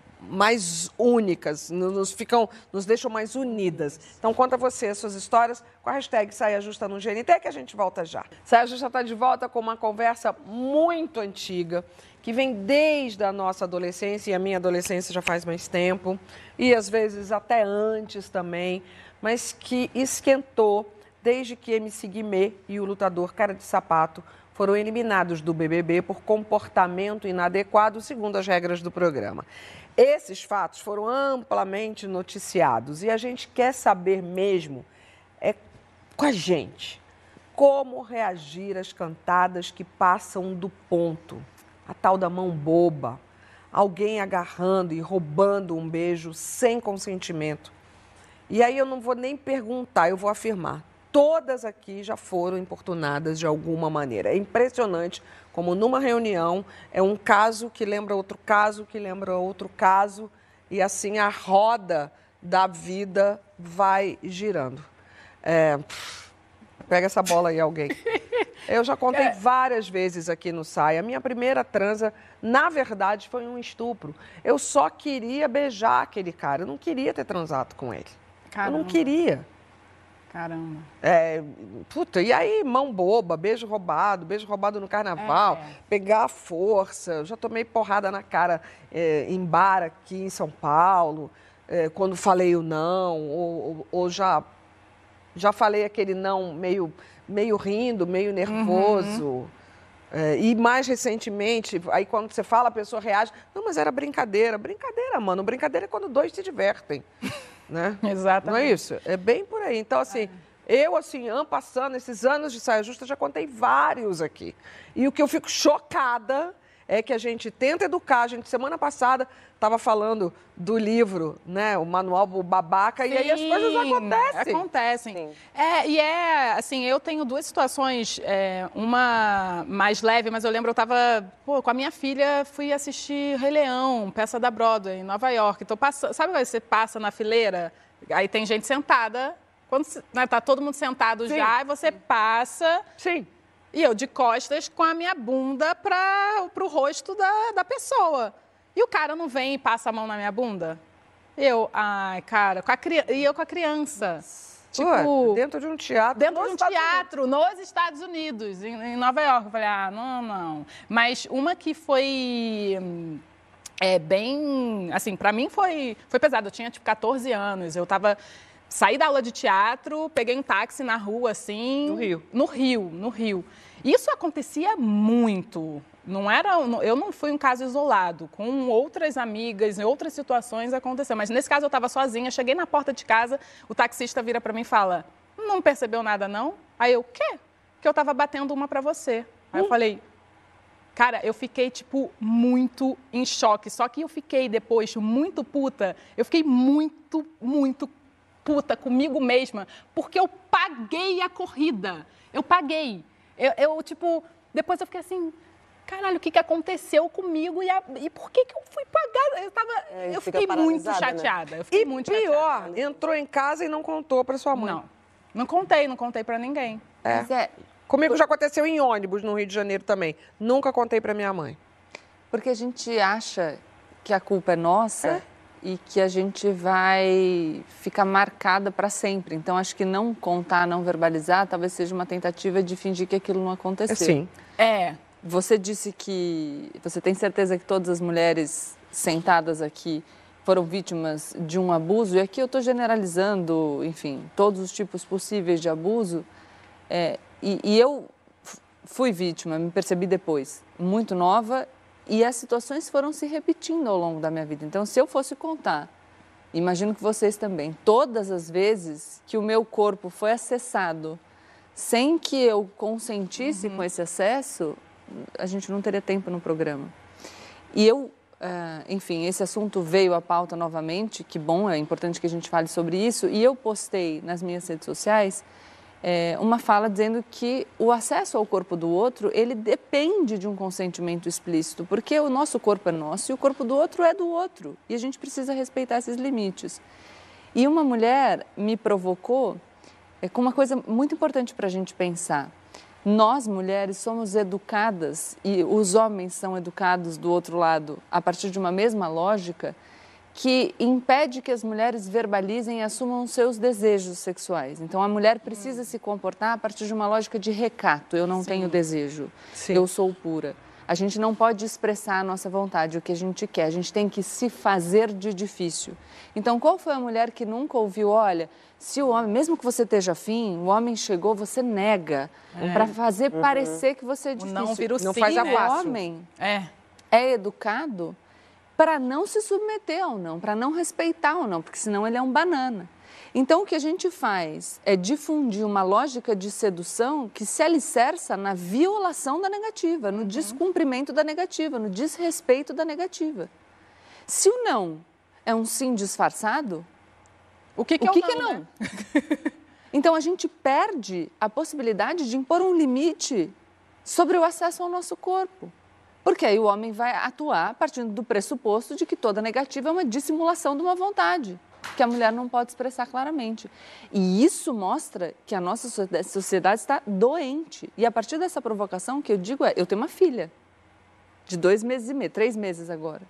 mais únicas, nos, ficam, nos deixam mais unidas. Então, conta você as suas histórias com a hashtag Saia Justa no G N T, que a gente volta já. Saia Justa está de volta com uma conversa muito antiga, que vem desde a nossa adolescência, e a minha adolescência já faz mais tempo, e às vezes até antes também, mas que esquentou desde que M C Guimê e o lutador Cara de Sapato foram eliminados do B B B por comportamento inadequado, segundo as regras do programa. Esses fatos foram amplamente noticiados e a gente quer saber mesmo, é com a gente, como reagir às cantadas que passam do ponto. A tal da mão boba, alguém agarrando e roubando um beijo sem consentimento. E aí eu não vou nem perguntar, eu vou afirmar. Todas aqui já foram importunadas de alguma maneira. É impressionante como numa reunião é um caso que lembra outro caso, que lembra outro caso, e assim a roda da vida vai girando. É... Pega essa bola aí, alguém. Eu já contei é. várias vezes aqui no Saia. A minha primeira transa, na verdade, foi um estupro. Eu só queria beijar aquele cara. Eu não queria ter transado com ele. Caramba. Eu não queria. Caramba. É, puta, e aí, mão boba, beijo roubado, beijo roubado no carnaval, é. pegar a força. Eu já tomei porrada na cara é, em bar aqui em São Paulo, é, quando falei o não, ou, ou, ou já... Já falei aquele não meio, meio rindo, meio nervoso. Uhum. É, e mais recentemente, aí quando você fala, a pessoa reage. Não, mas era brincadeira. Brincadeira, mano. Brincadeira é quando dois se divertem. Né? Exatamente. Não é isso? É bem por aí. Então, assim, é. eu, assim, ano passando, esses anos de Saia Justa, já contei vários aqui. E o que eu fico chocada é que a gente tenta educar. A gente, semana passada, estava falando do livro, né? O Manual Babaca, Sim, e aí as coisas acontecem. Acontecem. Sim. É, e é, assim, eu tenho duas situações, é, uma mais leve, mas eu lembro, eu estava, pô, com a minha filha, fui assistir Rei Leão, peça da Broadway, em Nova York. Então, passa, sabe quando você passa na fileira, aí tem gente sentada, quando né, tá todo mundo sentado Sim. já, e você passa... Sim. E eu de costas com a minha bunda para o rosto da, da pessoa. E o cara não vem e passa a mão na minha bunda? Eu, ai, cara, com a cri... e eu com a criança. Tipo, Pô, dentro de um teatro. Dentro de um teatro, nos Estados Unidos, em, em Nova York. Eu falei, ah, não, não. Mas uma que foi... É bem... Assim, para mim foi, foi pesado. Eu tinha, tipo, catorze anos. Eu tava... Saí da aula de teatro, peguei um táxi na rua, assim... No Rio. No Rio, no Rio. Isso acontecia muito. Não era, eu não fui um caso isolado. Com outras amigas, em outras situações aconteceu. Mas nesse caso eu estava sozinha, cheguei na porta de casa, o taxista vira para mim e fala, não percebeu nada não? Aí eu, o quê? Que eu estava batendo uma para você. Aí hum. eu falei... Cara, eu fiquei, tipo, muito em choque. Só que eu fiquei depois muito puta. Eu fiquei muito, muito puta comigo mesma, porque eu paguei a corrida. Eu paguei. Eu, eu tipo, depois eu fiquei assim, caralho, o que, que aconteceu comigo e, a, e por que, que eu fui pagar? Eu, tava, é, eu fiquei muito chateada. Né? Eu fiquei e muito pior, chateada. entrou em casa e não contou pra sua mãe. Não, não contei, não contei pra ninguém. É. é. Comigo já aconteceu em ônibus no Rio de Janeiro também. Nunca contei pra minha mãe. Porque a gente acha que a culpa é nossa... É. E que a gente vai ficar marcada para sempre. Então, acho que não contar, não verbalizar, talvez seja uma tentativa de fingir que aquilo não aconteceu. Sim. É. Você disse que você tem certeza que todas as mulheres sentadas aqui foram vítimas de um abuso. E aqui eu estou generalizando, enfim, todos os tipos possíveis de abuso. É, e, e eu fui vítima, me percebi depois, muito nova. E as situações foram se repetindo ao longo da minha vida. Então, se eu fosse contar, imagino que vocês também, todas as vezes que o meu corpo foi acessado sem que eu consentisse uhum. com esse acesso, a gente não teria tempo no programa. E eu, uh, enfim, esse assunto veio à pauta novamente, que bom, é importante que a gente fale sobre isso. E eu postei nas minhas redes sociais é, uma fala dizendo que o acesso ao corpo do outro, ele depende de um consentimento explícito, porque o nosso corpo é nosso e o corpo do outro é do outro. E a gente precisa respeitar esses limites. E uma mulher me provocou é, com uma coisa muito importante para a gente pensar. Nós, mulheres, somos educadas, e os homens são educados do outro lado, a partir de uma mesma lógica, que impede que as mulheres verbalizem e assumam seus desejos sexuais. Então, a mulher precisa hum. se comportar a partir de uma lógica de recato. Eu não Sim. tenho desejo, Sim. eu sou pura. A gente não pode expressar a nossa vontade, o que a gente quer. A gente tem que se fazer de difícil. Então, qual foi a mulher que nunca ouviu, olha, se o homem, mesmo que você esteja afim, o homem chegou, você nega, é. para fazer uhum. parecer que você é difícil. Não vira o não sim, faz a né? O homem é, é educado para não se submeter ao não, para não respeitar o não, porque senão ele é um banana. Então, o que a gente faz é difundir uma lógica de sedução que se alicerça na violação da negativa, no uhum. descumprimento da negativa, no desrespeito da negativa. Se o não é um sim disfarçado, o que, que o que é o que não? É não? Né? Então, a gente perde a possibilidade de impor um limite sobre o acesso ao nosso corpo. Porque aí o homem vai atuar partindo do pressuposto de que toda negativa é uma dissimulação de uma vontade, que a mulher não pode expressar claramente. E isso mostra que a nossa sociedade está doente. E a partir dessa provocação, o que eu digo é, eu tenho uma filha de dois meses e meio, três meses agora.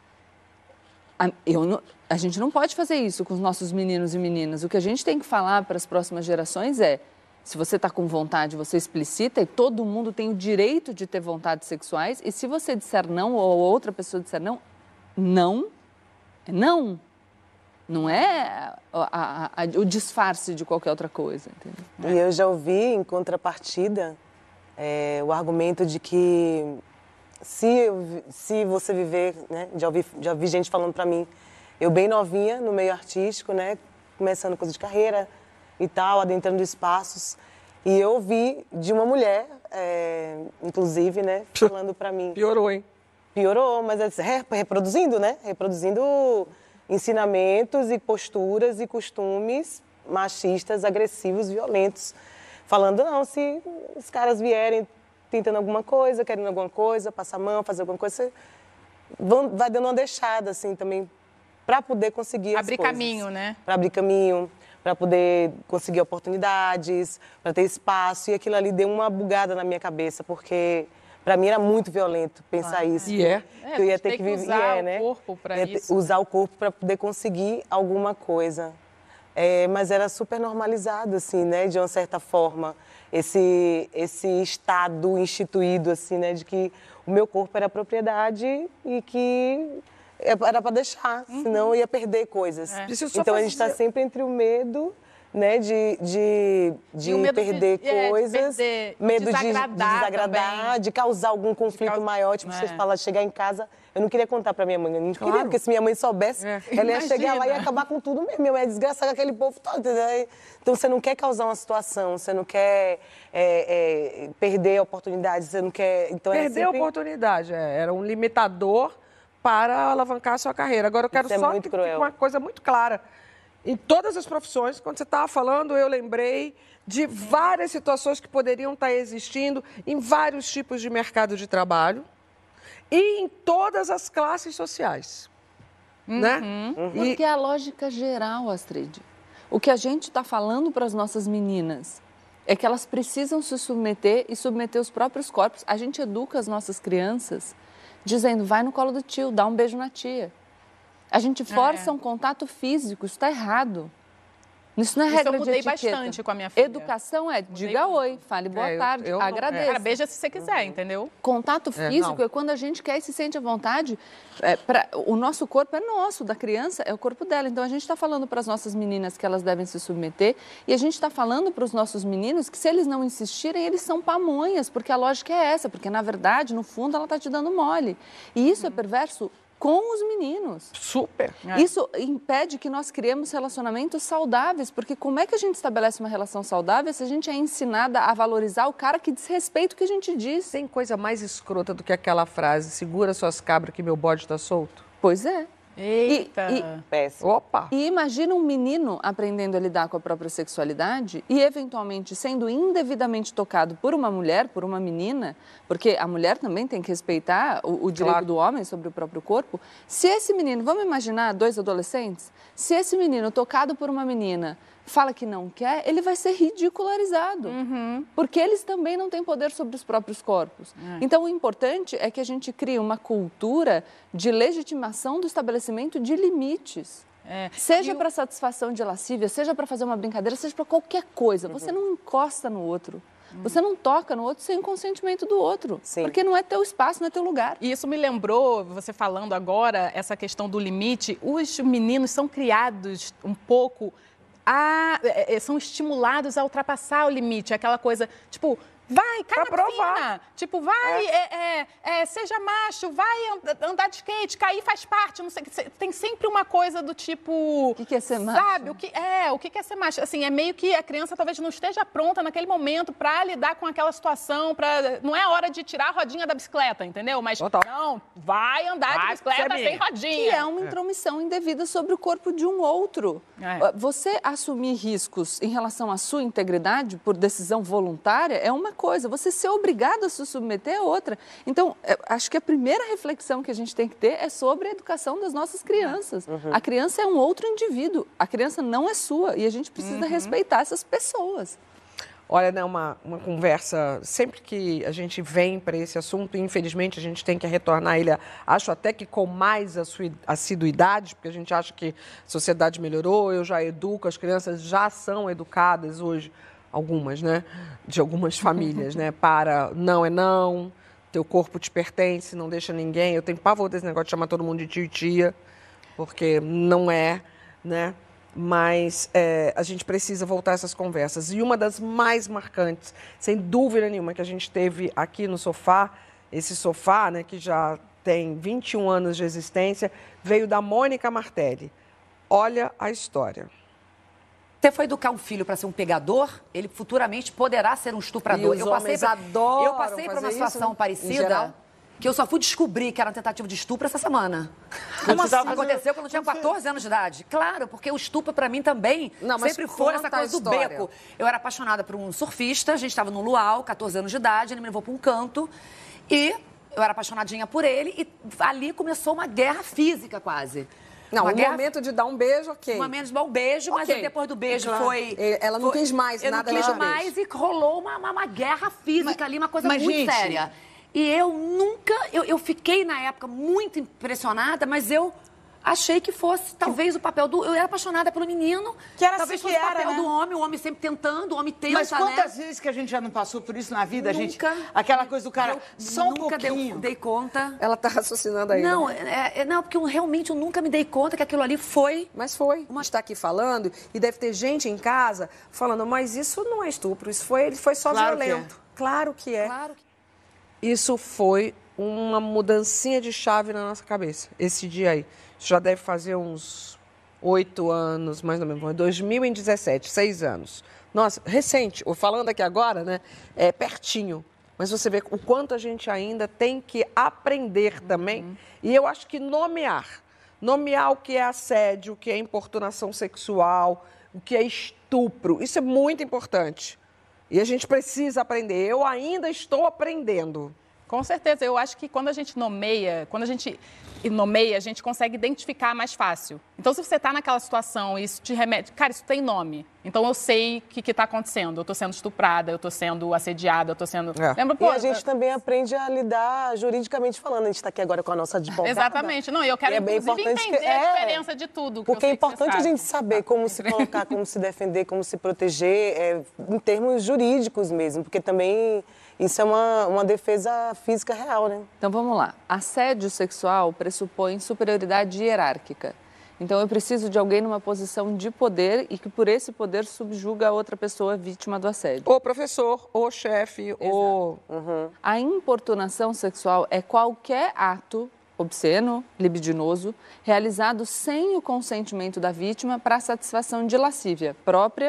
A, eu não, a gente não pode fazer isso com os nossos meninos e meninas. O que a gente tem que falar para as próximas gerações é, se você está com vontade, você explicita e todo mundo tem o direito de ter vontades sexuais. E se você disser não ou outra pessoa disser não, não é não. Não é a, a, a, o disfarce de qualquer outra coisa. Entendeu? E eu já ouvi, em contrapartida, é, o argumento de que se, se você viver, né, já ouvi, já vi gente falando para mim, eu bem novinha no meio artístico, né, começando coisa de carreira e tal, adentrando espaços, e eu ouvi de uma mulher, é, inclusive, né, falando para mim... Piorou, hein? Piorou, mas é, reproduzindo, né, reproduzindo... ensinamentos e posturas e costumes machistas, agressivos, violentos. Falando, não, se os caras vierem tentando alguma coisa, querendo alguma coisa, passar a mão, fazer alguma coisa, você vão, vai dando uma deixada, assim, também, para poder conseguir abrir as coisas. caminho, né? Para abrir caminho, para poder conseguir oportunidades, para ter espaço. E aquilo ali deu uma bugada na minha cabeça, porque... Para mim era muito violento pensar ah, isso. E é. é que eu ia ter que, que viver, usar é, o né? corpo para isso. Usar o corpo para poder conseguir alguma coisa. É, mas era super normalizado, assim, né? De uma certa forma, esse, esse estado instituído, assim, né? De que o meu corpo era propriedade e que era para deixar, uhum. senão eu ia perder coisas. É. Então a gente está sempre entre o medo... né, de, de, de perder de, coisas, é, de perder, medo de desagradar, de, desagradar de causar algum conflito caus... maior. Tipo, é. Você fala, chegar em casa, eu não queria contar pra minha mãe, eu não claro. queria, porque se minha mãe soubesse, é. ela ia Imagina. chegar lá e ia acabar com tudo mesmo. Minha mãe ia desgraçar com aquele povo todo. Então, você não quer causar uma situação, você não quer é, é, perder a oportunidade, você não quer... Então, perder é sempre... a oportunidade, é, era um limitador para alavancar a sua carreira. Agora, eu quero Isso só é que cruel. uma coisa muito clara. Em todas as profissões, quando você estava falando, eu lembrei de várias situações que poderiam estar existindo em vários tipos de mercado de trabalho e em todas as classes sociais. Uhum. Né? Uhum. Porque é a lógica geral, Astrid. O que a gente está falando para as nossas meninas é que elas precisam se submeter e submeter os próprios corpos. A gente educa as nossas crianças dizendo, vai no colo do tio, dá um beijo na tia. A gente força é. um contato físico, isso está errado. Isso não é isso regra eu mudei de etiqueta. bastante com a minha filha. Educação é, diga muito. oi, fale boa é, tarde, eu, eu agradeça. Cara, beija se você quiser, uhum. entendeu? Contato físico é, é quando a gente quer e se sente à vontade. É, pra, o nosso corpo é nosso, da criança é o corpo dela. Então, a gente está falando para as nossas meninas que elas devem se submeter e a gente está falando para os nossos meninos que se eles não insistirem, eles são pamonhas, porque a lógica é essa, porque, na verdade, no fundo, ela está te dando mole. E isso uhum. é perverso com os meninos. Super. É. Isso impede que nós criemos relacionamentos saudáveis, porque como é que a gente estabelece uma relação saudável se a gente é ensinada a valorizar o cara que desrespeita o que a gente diz? Tem coisa mais escrota do que aquela frase, segura suas cabras que meu bode está solto? Pois é. Eita! E, e, Péssimo. Opa! E imagina um menino aprendendo a lidar com a própria sexualidade e, eventualmente, sendo indevidamente tocado por uma mulher, por uma menina, porque a mulher também tem que respeitar o, o direito Claro. do homem sobre o próprio corpo. Se esse menino, vamos imaginar dois adolescentes, se esse menino tocado por uma menina fala que não quer, ele vai ser ridicularizado, Uhum. porque eles também não têm poder sobre os próprios corpos. É. Então, o importante é que a gente crie uma cultura de legitimação do estabelecimento de limites. É. Seja E o- para satisfação de lascívia, seja para fazer uma brincadeira, seja para qualquer coisa. Você não encosta no outro. Você não toca no outro sem o consentimento do outro. Sim. Porque não é teu espaço, não é teu lugar. E isso me lembrou, você falando agora, essa questão do limite. Os meninos são criados um pouco a... é, é, são estimulados a ultrapassar o limite. Aquela coisa, tipo, vai, cai Pra na provar. piscina. Tipo, vai, é, é, é, seja macho, vai and- andar de skate, cair faz parte. Não sei, tem sempre uma coisa do tipo... O que que é ser macho? Sabe, o que é, o que que é ser macho? Assim, é meio que a criança talvez não esteja pronta naquele momento para lidar com aquela situação, pra... não é hora de tirar a rodinha da bicicleta, entendeu? Mas Total. não, vai andar Vai, de bicicleta porque você é sem minha. rodinha. Que é uma intromissão indevida sobre o corpo de um outro. É. Você assumir riscos em relação à sua integridade por decisão voluntária é uma coisa, você ser obrigado a se submeter é outra. Então, eu acho que a primeira reflexão que a gente tem que ter é sobre a educação das nossas crianças. A criança é um outro indivíduo, a criança não é sua e a gente precisa respeitar essas pessoas. Olha, né, uma, uma conversa, sempre que a gente vem para esse assunto, infelizmente a gente tem que retornar ele, acho até que com mais assu- assiduidade, porque a gente acha que a sociedade melhorou, eu já educo, as crianças já são educadas hoje, algumas, né, de algumas famílias, né, para não é não, teu corpo te pertence, não deixa ninguém, eu tenho pavor desse negócio de chamar todo mundo de tio e tia, porque não é, né? Mas é, a gente precisa voltar a essas conversas. E uma das mais marcantes, sem dúvida nenhuma, que a gente teve aqui no sofá, esse sofá, né, que já tem vinte e um anos de existência, veio da Mônica Martelli. Olha a história. Você foi educar um filho para ser um pegador, ele futuramente poderá ser um estuprador. E os homens adoram eu passei por fazer uma isso, situação né? Em parecida geral. que eu só fui descobrir que era uma tentativa de estupro essa semana. Como assim? Aconteceu quando eu tinha quatorze anos de idade. Claro, porque o estupro para mim também Não, mas sempre foi essa conta a coisa do história. beco. Eu era apaixonada por um surfista, a gente estava no luau, quatorze anos de idade, ele me levou para um canto e eu era apaixonadinha por ele e ali começou uma guerra física quase. Não, Uma o guerra- momento de dar um beijo, ok. um momento de dar um beijo, mas Ok. aí depois do beijo Claro. foi... E- ela não foi- quis mais eu nada não quis além do mais e rolou uma, uma, uma guerra física ali, uma coisa mas, muito gente- séria. E eu nunca... Eu, eu fiquei, na época, muito impressionada, mas eu achei que fosse, talvez, o papel do... Eu era apaixonada pelo menino. Que era talvez assim que fosse o era, papel né? do homem, o homem sempre tentando, o homem tenta, Mas quantas né? vezes que a gente já não passou por isso na vida, gente? Nunca. Aquela coisa do cara, Eu só um nunca dei, pouquinho. dei conta. Ela está raciocinando aí. Não, né? é, é- não, porque eu realmente eu nunca me dei conta que aquilo ali foi... Mas foi. Uma está aqui falando e deve ter gente em casa falando, mas isso não é estupro, isso foi, ele foi só Claro que violento. Claro que é. Claro que... Isso foi uma mudancinha de chave na nossa cabeça, esse dia aí. Isso já deve fazer uns oito anos, mais ou menos, dois mil e dezessete, seis anos. Nossa, recente, ou falando aqui agora, né, é pertinho. Mas você vê o quanto a gente ainda tem que aprender também. E eu acho que nomear. Nomear o que é assédio, o que é importunação sexual, o que é estupro. Isso é muito importante. E a gente precisa aprender. Eu ainda estou aprendendo. Com certeza, eu acho que quando a gente nomeia, quando a gente nomeia, a gente consegue identificar mais fácil. Então, se você está naquela situação e isso te remete... Cara, isso tem nome. Então, eu sei o que está acontecendo. Eu estou sendo estuprada, eu estou sendo assediada, eu estou sendo... É. Lembra, E pô, a gente também aprende a lidar juridicamente falando. A gente está aqui agora com a nossa advogada. Exatamente. Não, e eu quero, E é bem inclusive, importante entender que- a é. diferença de tudo. que Porque eu é sei que você importante a sabe. gente saber como se colocar, como se defender, como se proteger, é, em termos jurídicos mesmo, porque também isso é uma, uma defesa física real, né? Então vamos lá. Assédio sexual pressupõe superioridade hierárquica. Então eu preciso de alguém numa posição de poder e que por esse poder subjuga a outra pessoa vítima do assédio. Ou professor, ou chefe, ou... A importunação sexual é qualquer ato obsceno, libidinoso, realizado sem o consentimento da vítima para satisfação de lascívia própria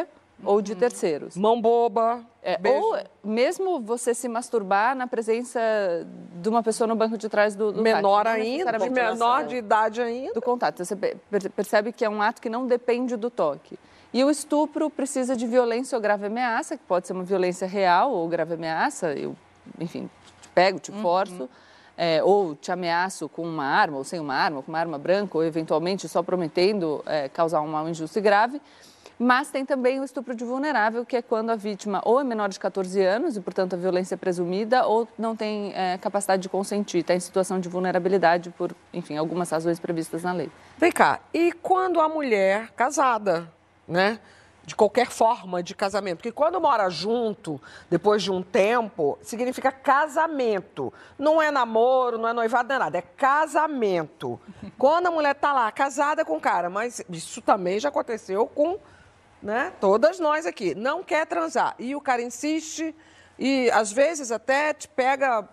ou de terceiros. Mão boba. É, beijo. ou mesmo você se masturbar na presença de uma pessoa no banco de trás do, do menor táxi, não ainda, de necessariamente menor nessa- de idade ainda. do contato. Então, você pe- per- percebe que é um ato que não depende do toque. E o estupro precisa de violência ou grave ameaça, que pode ser uma violência real ou grave ameaça. Eu, enfim, te pego, te forço, é, ou te ameaço com uma arma, ou sem uma arma, com uma arma branca, ou eventualmente só prometendo é, causar um mal injusto e grave. Mas tem também o estupro de vulnerável, que é quando a vítima ou é menor de catorze anos, e portanto a violência é presumida, ou não tem é, capacidade de consentir, está em situação de vulnerabilidade por, enfim, algumas razões previstas na lei. Vem cá, e quando a mulher casada, né? De qualquer forma de casamento. Porque quando mora junto, depois de um tempo, significa casamento. Não é namoro, não é noivado, não é nada. É casamento. Quando a mulher tá lá, casada com o cara, mas isso também já aconteceu com, né, todas nós aqui. Não quer transar. E o cara insiste e, às vezes, até te pega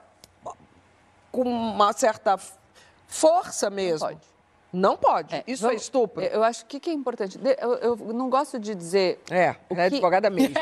com uma certa força mesmo. Não pode. Não pode. É, Isso vamos- é estupro. Eu acho que o que é importante. de- Eu, eu não gosto de dizer É, o é que- advogada mesmo.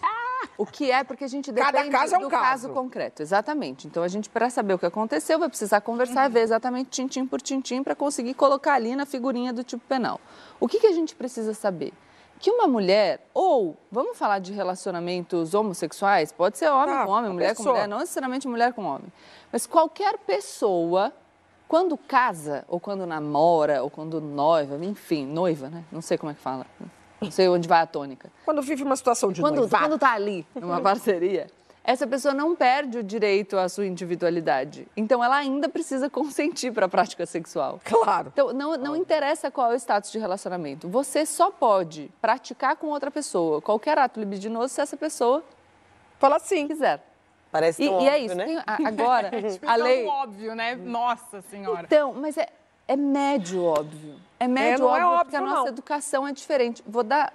o que é, porque a gente Cada depende caso é um do caso. caso concreto. Exatamente. Então, a gente, para saber o que aconteceu, vai precisar conversar, ver exatamente tintim por tintim, para conseguir colocar ali na figurinha do tipo penal. O que, que a gente precisa saber? Que uma mulher, ou, vamos falar de relacionamentos homossexuais, pode ser homem Tá, com homem, a mulher com pessoa. mulher, não necessariamente mulher com homem. Mas qualquer pessoa, quando casa, ou quando namora, ou quando noiva, enfim, noiva, né? Não sei como é que fala. Não sei onde vai a tônica. Quando vive uma situação de Quando, noivado. quando tá ali, numa parceria, essa pessoa não perde o direito à sua individualidade. Então, ela ainda precisa consentir para a prática sexual. Claro. Então, não, não interessa qual é o status de relacionamento. Você só pode praticar com outra pessoa qualquer ato libidinoso se essa pessoa Fala assim. quiser. Parece E, tão e é óbvio, isso. né? Tem- a- agora, a lei... Tão óbvio, né? Nossa Senhora. Então, mas é, é médio óbvio. É médio não é óbvio, porque a óbvio, nossa não. educação é diferente. Vou dar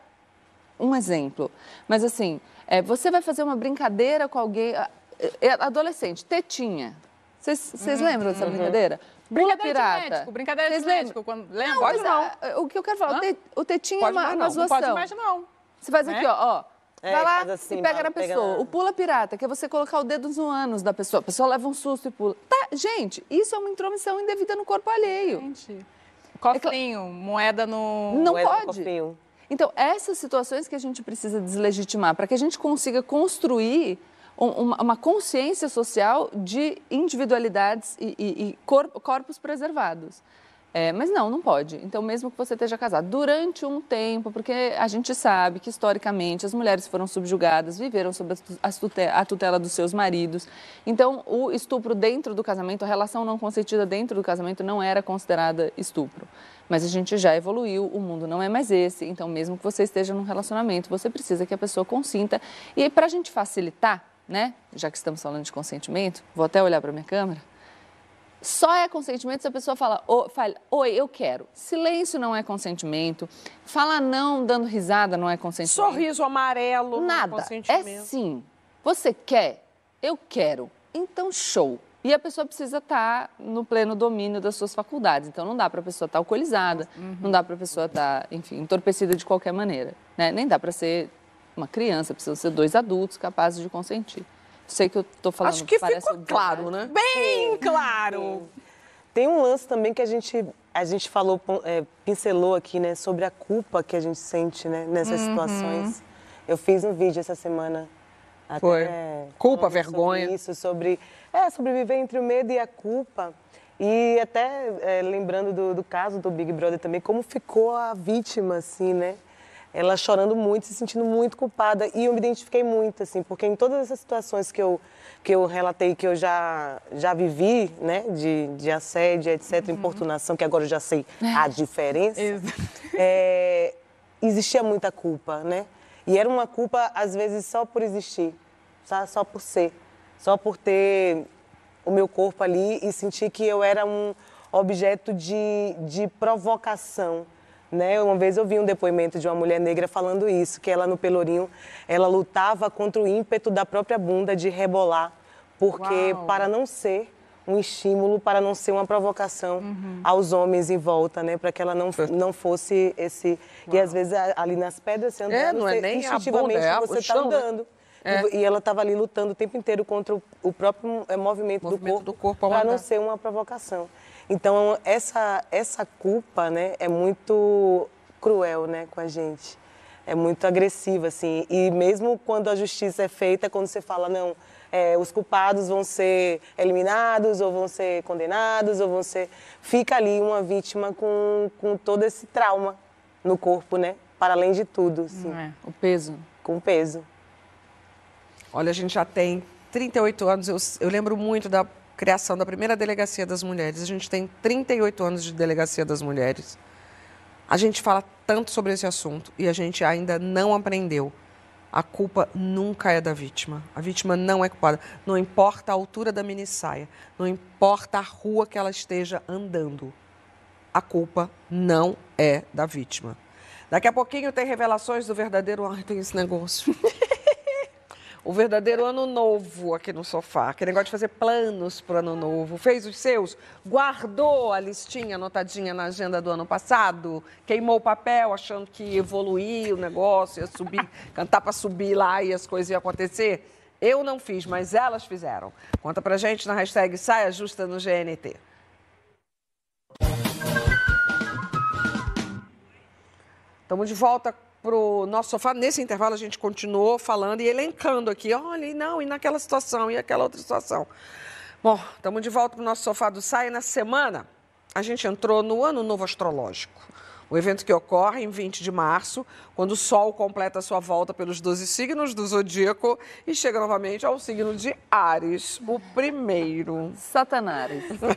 um exemplo. Mas assim, é, você vai fazer uma brincadeira com alguém... ah, é, adolescente, tetinha. Vocês vocês lembram dessa brincadeira? Pula Brincadeira de pirata. médico, brincadeira Vocês de lembram? médico. Quando, lembra? Não, Pode mas, ah, o que eu quero falar, o, Hã? te- o tetinha Pode é uma, mais uma não, não Não pode zoação. mais, não. Você faz Né? aqui, ó, ó. É, vai lá faz assim, e pega vai- na pega pessoa. na- O pula pirata, que é você colocar o dedo no ânus da pessoa. A pessoa leva um susto e pula. Tá, gente, isso é uma intromissão indevida no corpo alheio. Gente. Cofrinho, moeda no... Não Moeda no pode. cofrinho. Então, essas situações que a gente precisa deslegitimar para que a gente consiga construir um- uma, uma consciência social de individualidades e, e- e cor- corpos preservados. É, mas não, não pode. Então, mesmo que você esteja casado, durante um tempo, porque a gente sabe que, historicamente, as mulheres foram subjugadas, viveram sob a tu- a tutela, a tutela dos seus maridos. Então, o estupro dentro do casamento, a relação não consentida dentro do casamento não era considerada estupro. Mas a gente já evoluiu, o mundo não é mais esse. Então, mesmo que você esteja num relacionamento, você precisa que a pessoa consinta. E aí, para a gente facilitar, né, já que estamos falando de consentimento, vou até olhar para a minha câmera. Só é consentimento se a pessoa fala, "Ô, fala, oi, eu quero. Silêncio não é consentimento. Fala não dando risada não é consentimento. Sorriso amarelo. Nada. É consentimento. sim. Você quer? Eu quero. Então, show. E a pessoa precisa estar no pleno domínio das suas faculdades. Então, não dá para a pessoa estar alcoolizada, não dá para a pessoa estar, enfim, entorpecida de qualquer maneira. Né? Nem dá para ser uma criança, precisam ser dois adultos capazes de consentir. Sei que eu estou falando... Acho que parece ficou obviedade. claro, né? Bem claro. Tem um lance também que a gente, a gente falou, é, pincelou aqui, né, sobre a culpa que a gente sente, né, nessas situações. Eu fiz um vídeo essa semana. Até Foi. Culpa, falando vergonha. Sobre isso, sobre, é, sobre viver entre o medo e a culpa. E até é, lembrando do, do caso do Big Brother também, como ficou a vítima, assim, né? Ela chorando muito, se sentindo muito culpada. E eu me identifiquei muito, assim, porque em todas essas situações que eu, que eu relatei, que eu já, já vivi, né, de, de assédio, etcétera, importunação, que agora eu já sei a diferença, é, existia muita culpa, né? E era uma culpa, às vezes, só por existir, só, só por ser, só por ter o meu corpo ali e sentir que eu era um objeto de, de provocação. Né? Uma vez eu vi um depoimento de uma mulher negra falando isso, que ela no Pelourinho, ela lutava contra o ímpeto da própria bunda de rebolar, porque Uau. para não ser um estímulo para não ser uma provocação uhum. aos homens em volta, né? Para que ela não, não fosse esse... Uau. E às vezes ali nas pedras, você andando, é, não é nem instintivamente a bunda, é você está andando. É. E, e ela estava ali lutando o tempo inteiro contra o, o próprio é, movimento, movimento do corpo, corpo para não ser uma provocação. Então, essa, essa culpa, né, é muito cruel, né, com a gente. É muito agressiva, assim. E mesmo quando a justiça é feita, quando você fala, não, é, os culpados vão ser eliminados, ou vão ser condenados, ou vão ser... Fica ali uma vítima com, com todo esse trauma no corpo, né? Para além de tudo, assim. É, o peso. Com peso. Olha, a gente já tem trinta e oito anos, eu, eu lembro muito da criação da primeira Delegacia das Mulheres. A gente tem trinta e oito anos de Delegacia das Mulheres. A gente fala tanto sobre esse assunto e a gente ainda não aprendeu. A culpa nunca é da vítima. A vítima não é culpada. Não importa a altura da minissaia, não importa a rua que ela esteja andando. A culpa não é da vítima. Daqui a pouquinho tem revelações do verdadeiro... Ai, tem esse negócio... O verdadeiro ano novo aqui no sofá. Aquele negócio de fazer planos para o ano novo. Fez os seus? Guardou a listinha anotadinha na agenda do ano passado? Queimou o papel achando que evoluía o negócio, ia subir, cantar para subir lá e as coisas iam acontecer? Eu não fiz, mas elas fizeram. Conta pra gente na hashtag Saia Justa no G N T. Estamos de volta para o nosso sofá. Nesse intervalo, a gente continuou falando e elencando aqui. Olha, e não, e naquela situação, e aquela outra situação. Bom, estamos de volta para o nosso sofá do Saia. Na semana, a gente entrou no Ano Novo Astrológico. O evento que ocorre em vinte de março, quando o Sol completa sua volta pelos doze signos do Zodíaco e chega novamente ao signo de Áries, o primeiro. Satanás.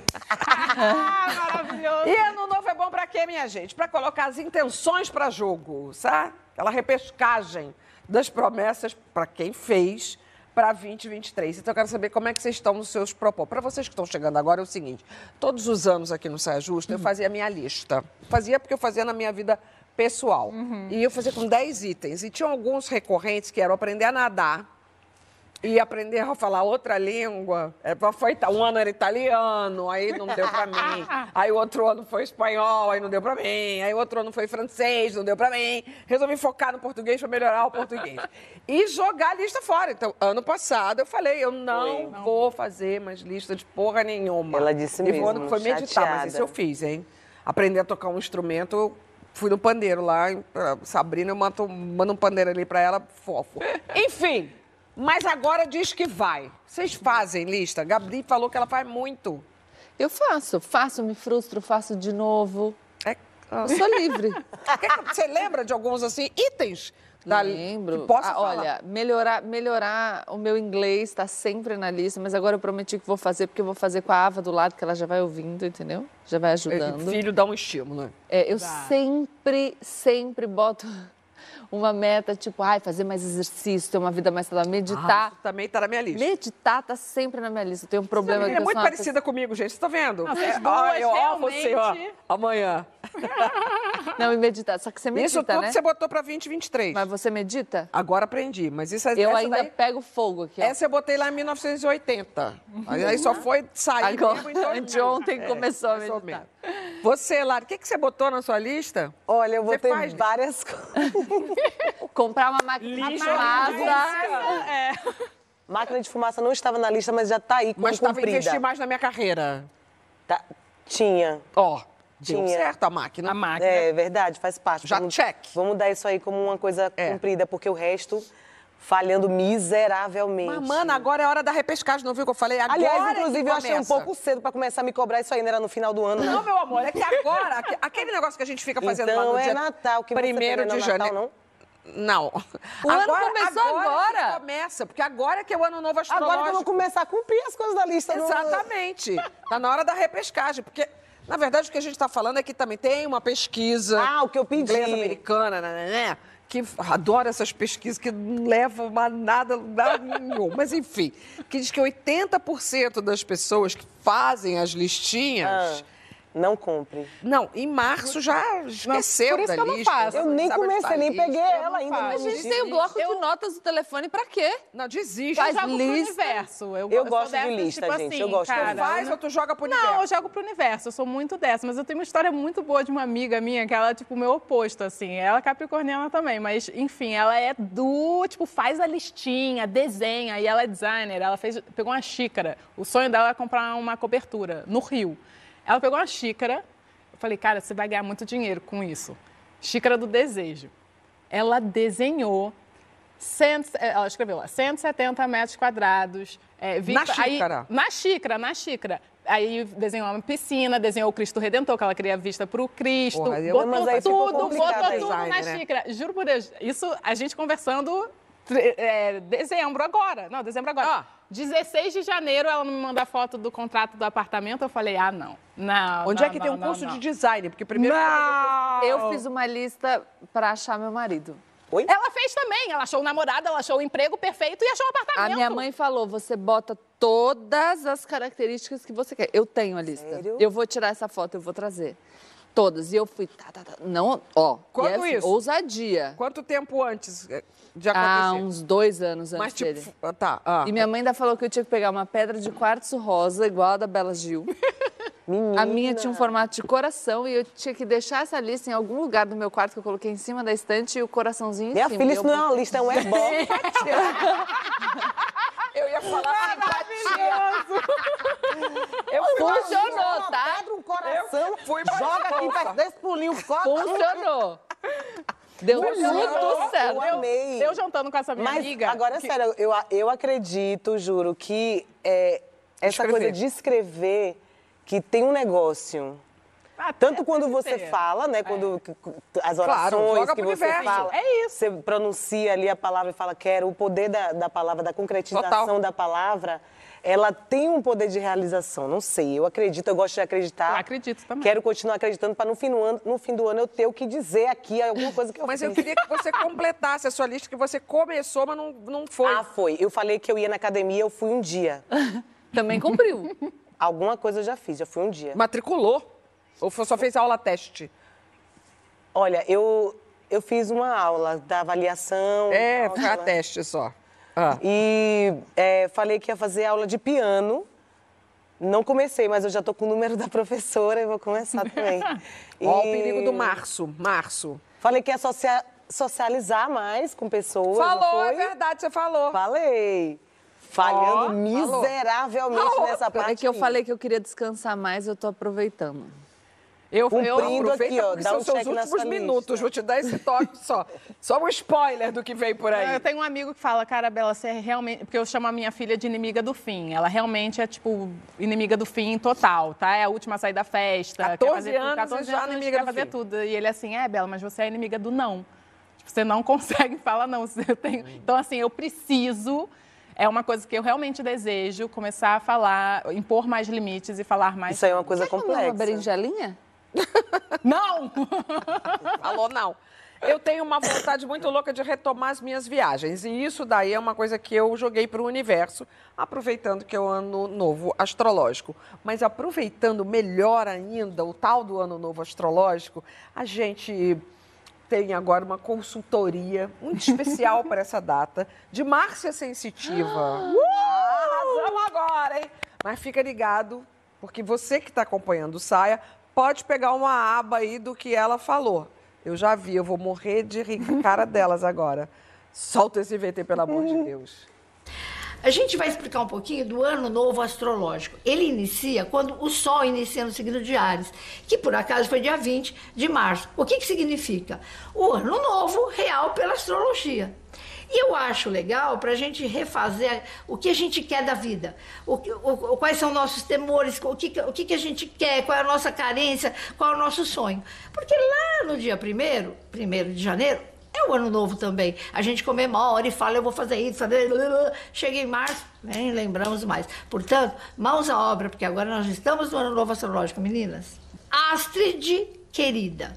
Ah, maravilhoso. E Ano Novo é bom para quê, minha gente? Para colocar as intenções para jogo, sabe? Aquela repescagem das promessas para quem fez para vinte e vinte e três. Então, eu quero saber como é que vocês estão nos seus propósitos. Para vocês que estão chegando agora, é o seguinte. Todos os anos aqui no Saia Justa, eu fazia a minha lista. Fazia porque eu fazia na minha vida pessoal. Uhum. E eu fazia com dez itens. E tinha alguns recorrentes que eram aprender a nadar e aprender a falar outra língua. Foi, um ano era italiano, aí não deu para mim. Aí o outro ano foi espanhol, aí não deu para mim. Aí o outro ano foi francês, não deu para mim. Resolvi focar no português para melhorar o português. E jogar a lista fora. Então, ano passado eu falei, eu não, não. vou fazer mais lista de porra nenhuma. Ela disse e mesmo, ano que foi meditar, chateada. mas isso eu fiz, hein? Aprender a tocar um instrumento, eu fui no pandeiro lá, Sabrina, eu mando, mando um pandeiro ali para ela, fofo. Enfim... Mas agora diz que vai. Vocês fazem lista? Gabi falou que ela faz muito. Eu faço. Faço, me frustro, faço de novo. É... Eu sou livre. Você lembra de alguns, assim, itens? Da... Lembro. Que posso ah, falar? Olha, melhorar, melhorar o meu inglês está sempre na lista, mas agora eu prometi que vou fazer, porque eu vou fazer com a Ava do lado, que ela já vai ouvindo, entendeu? Já vai ajudando. O filho dá um estímulo, né? É, eu Dá. sempre, sempre boto... uma meta, tipo, ai, fazer mais exercício, ter uma vida mais saudável, meditar. Ah, isso também está na minha lista. Meditar tá sempre na minha lista. Eu tenho um problema... Você é muito parecida comigo, gente. Você está vendo? Não, vocês é, duas, ó, eu, ó, realmente... você, ó, amanhã. Não, e meditar. Só que você medita, isso tudo né? você botou para vinte e vinte e três. Mas você medita? Agora aprendi, mas isso é... Eu essa ainda daí, pego fogo aqui, ó. Essa eu botei lá em mil novecentos e oitenta. Aí só foi sair Agora, mesmo, então... anteontem É, começou a começou meditar. mesmo. Você, Lara, o que, que você botou na sua lista? Olha, eu Você botei faz- várias coisas. Comprar uma máquina de Lixo, fumaça. É. Máquina de fumaça não estava na lista, mas já está aí, como Mas estava cumprida. investir mais na minha carreira. Tá- Tinha. Ó, deu Tinha. certo a máquina. A máquina. É verdade, faz parte. Já vamos, check. Vamos dar isso aí como uma coisa É. cumprida, porque o resto falhando miseravelmente. Mas, mana, agora é hora da repescagem, não viu o que eu falei? Agora Aliás, é que inclusive, eu achei um começa. pouco cedo para começar a me cobrar isso aí, ainda era no final do ano. Não, meu amor, é que agora, aque- aquele negócio que a gente fica fazendo Então lá no é dia Natal, que você primeiro pega no de Natal, janeiro. não? Não. O ano começou agora. que começa, porque agora que é o ano novo astrológico. Agora que eu vou começar a cumprir as coisas da lista. no- Exatamente. Tá na hora da repescagem, porque, na verdade, o que a gente está falando é que também tem uma pesquisa... Ah, o que eu pedi. Inglesa, americana, né, né, né, que adora essas pesquisas que não levam a nada, nada nenhum. Mas, enfim, que diz que oitenta por cento das pessoas que fazem as listinhas... Ah, Não compre. Não, em março já esqueceu por isso da que eu não lista. faço. Eu nem sabe onde comecei, tá nem lista. peguei ela ainda. faço. não A gente existe. tem o bloco de notas do telefone pra quê? Não, desiste. Faz Eu jogo lista. pro universo. Eu, Eu sou gosto de dessas, lista, tipo gente, assim, eu gosto de cara, lista. Faz ou tu joga pro universo? Não, eu jogo pro universo, eu sou muito dessa, mas eu tenho uma história muito boa de uma amiga minha, que ela é tipo o meu oposto, assim. Ela é capricorniana também, mas enfim, ela é do, tipo, faz a listinha, desenha, e ela é designer, ela fez, pegou uma xícara. O sonho dela é comprar uma cobertura no Rio. Ela pegou uma xícara, eu falei, cara, você vai ganhar muito dinheiro com isso. Xícara do desejo. Ela desenhou, cento, ela escreveu lá, cento e setenta metros quadrados. É, Na xícara? Aí, na xícara, na xícara. Aí desenhou uma piscina, desenhou o Cristo Redentor, que ela queria vista para o Cristo. Porra, eu- botou Mas aí ficou tudo, complicado botou aí. tudo na Design, né? xícara. Juro por Deus, isso a gente conversando é, dezembro agora. Não, dezembro agora. Ah. dezesseis de janeiro, ela me manda a foto do contrato do apartamento. Eu falei, ah, não. Não. Onde não, é que não, tem um não, curso não. de design? Porque primeiro... Eu fiz uma lista pra achar meu marido. Ela fez também. Ela achou o namorado, ela achou o emprego perfeito e achou o apartamento. A minha mãe falou, você bota todas as características que você quer. Eu tenho a lista. Sério? Eu vou tirar essa foto, eu vou trazer. Todas. E eu fui, tá, tá, tá. Não, ó. Quando e assim, isso? ousadia. Quanto tempo antes de Há acontecer? uns dois anos antes Mas tipo... dele. ah, Tá, ah. E minha mãe ainda falou que eu tinha que pegar uma pedra de quartzo rosa, igual a da Bela Gil. Menina. A minha tinha um formato de coração e eu tinha que deixar essa lista em algum lugar do meu quarto que eu coloquei em cima da estante e o coraçãozinho em Minha cima. filha, E isso eu não é uma lista, é um ebó. Eu ia falar simpatia. Eu fui Funcionou, tá? Pedra, um coração, Eu fui mais joga aqui, fofa. faz dez pulinhos, corta. Funcionou. Deu muito certo. Eu amei. Eu jantando com essa minha Mas amiga. agora, é que- sério, eu, eu acredito, juro, que é, essa Escrever. coisa de escrever, que tem um negócio. Ah, Tanto é, quando deve você ser. fala, né? Quando as Claro, orações joga que pro você universo. fala. É isso. Você pronuncia ali a palavra e fala, quero. O poder da, da palavra, da concretização Total. da palavra, ela tem um poder de realização. Não sei, eu acredito, eu gosto de acreditar. Eu acredito também. Quero continuar acreditando para no fim, do ano, no fim do ano eu ter o que dizer aqui, alguma coisa que eu Mas fiz. eu queria que você completasse a sua lista, que você começou, mas não, não foi. Ah, foi. Eu falei que eu ia na academia, eu fui um dia. Também cumpriu. Alguma coisa eu já fiz, já fui um dia. Matriculou? Ou foi- só fez aula teste? Olha, eu, eu fiz uma aula da avaliação. É, aula- foi a teste só. Ah. E é, falei que ia fazer aula de piano. Não comecei, mas eu já tô com o número da professora e vou começar também. Ó, o E perigo do março. Março. Falei que ia socia- socializar mais com pessoas. não Falou, é foi? verdade, você falou. Falei. Falhando Ó, falou. miseravelmente Falou. nessa parte. É que eu aí. falei que eu queria descansar mais, eu tô aproveitando. Eu, eu, Cumprindo Aproveita aqui, ó, porque dá são um seus check na últimos sua minutos. lista. Vou te dar esse toque só. Só um spoiler do que vem por aí. Eu tenho um amigo que fala, cara, Bela, você é realmente... Porque eu chamo a minha filha de inimiga do fim. Ela realmente é, tipo, inimiga do fim total, tá? É a última a sair da festa. quer quatorze fazer tudo, anos e quatorze já anos, inimiga quer do fazer fim. tudo. E ele é assim, é, Bela, mas você é inimiga do não. Tipo, você não consegue falar não. Você tem... Então, assim, eu preciso... É uma coisa que eu realmente desejo, começar a falar, impor mais limites e falar mais... Isso aí é uma coisa Quer comer complexa. uma berinjelinha? Não! Falou não. Eu tenho uma vontade muito louca de retomar as minhas viagens. E isso daí é uma coisa que eu joguei para o universo, aproveitando que é o ano novo astrológico. Mas aproveitando melhor ainda o tal do ano novo astrológico, a gente tem agora uma consultoria muito especial para essa data, de Márcia Sensitiva. Uh! Arrasamos agora, hein? Mas fica ligado, porque você que está acompanhando o Saia pode pegar uma aba aí do que ela falou. Eu já vi, eu vou morrer de rir com a cara delas agora. Solta esse V T, pelo amor de Deus. A gente vai explicar um pouquinho do ano novo astrológico. Ele inicia quando o Sol inicia no signo de Áries, que por acaso foi dia vinte de março. O que que significa? O ano novo real pela astrologia. E eu acho legal para a gente refazer o que a gente quer da vida, o, o, quais são nossos temores, o, que, o que a gente quer, qual é a nossa carência, qual é o nosso sonho. Porque lá no dia primeiro, primeiro de janeiro, é o ano novo também. A gente comemora e fala, eu vou fazer isso, fazer... Chega em março, nem lembramos mais. Portanto, mãos à obra, porque agora nós estamos no ano novo astrológico, meninas. Astrid, querida.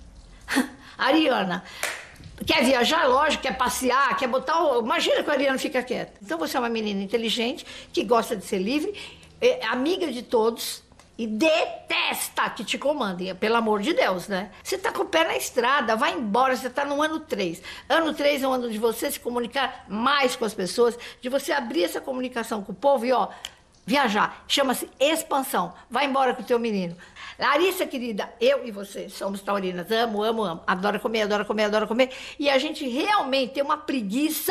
Ariana, quer viajar? Lógico, quer passear, quer botar... O... Imagina que a Ariana fica quieta. Então você é uma menina inteligente, que gosta de ser livre, é amiga de todos, e detesta que te comandem, pelo amor de Deus, né? Você tá com o pé na estrada, vai embora, você tá no ano três. Ano três é o ano de você se comunicar mais com as pessoas, de você abrir essa comunicação com o povo e, ó, viajar. Chama-se expansão. Vai embora com o teu menino. Larissa, querida, eu e você somos taurinas. Amo, amo, amo. Adoro comer, adoro comer, adoro comer. E a gente realmente tem uma preguiça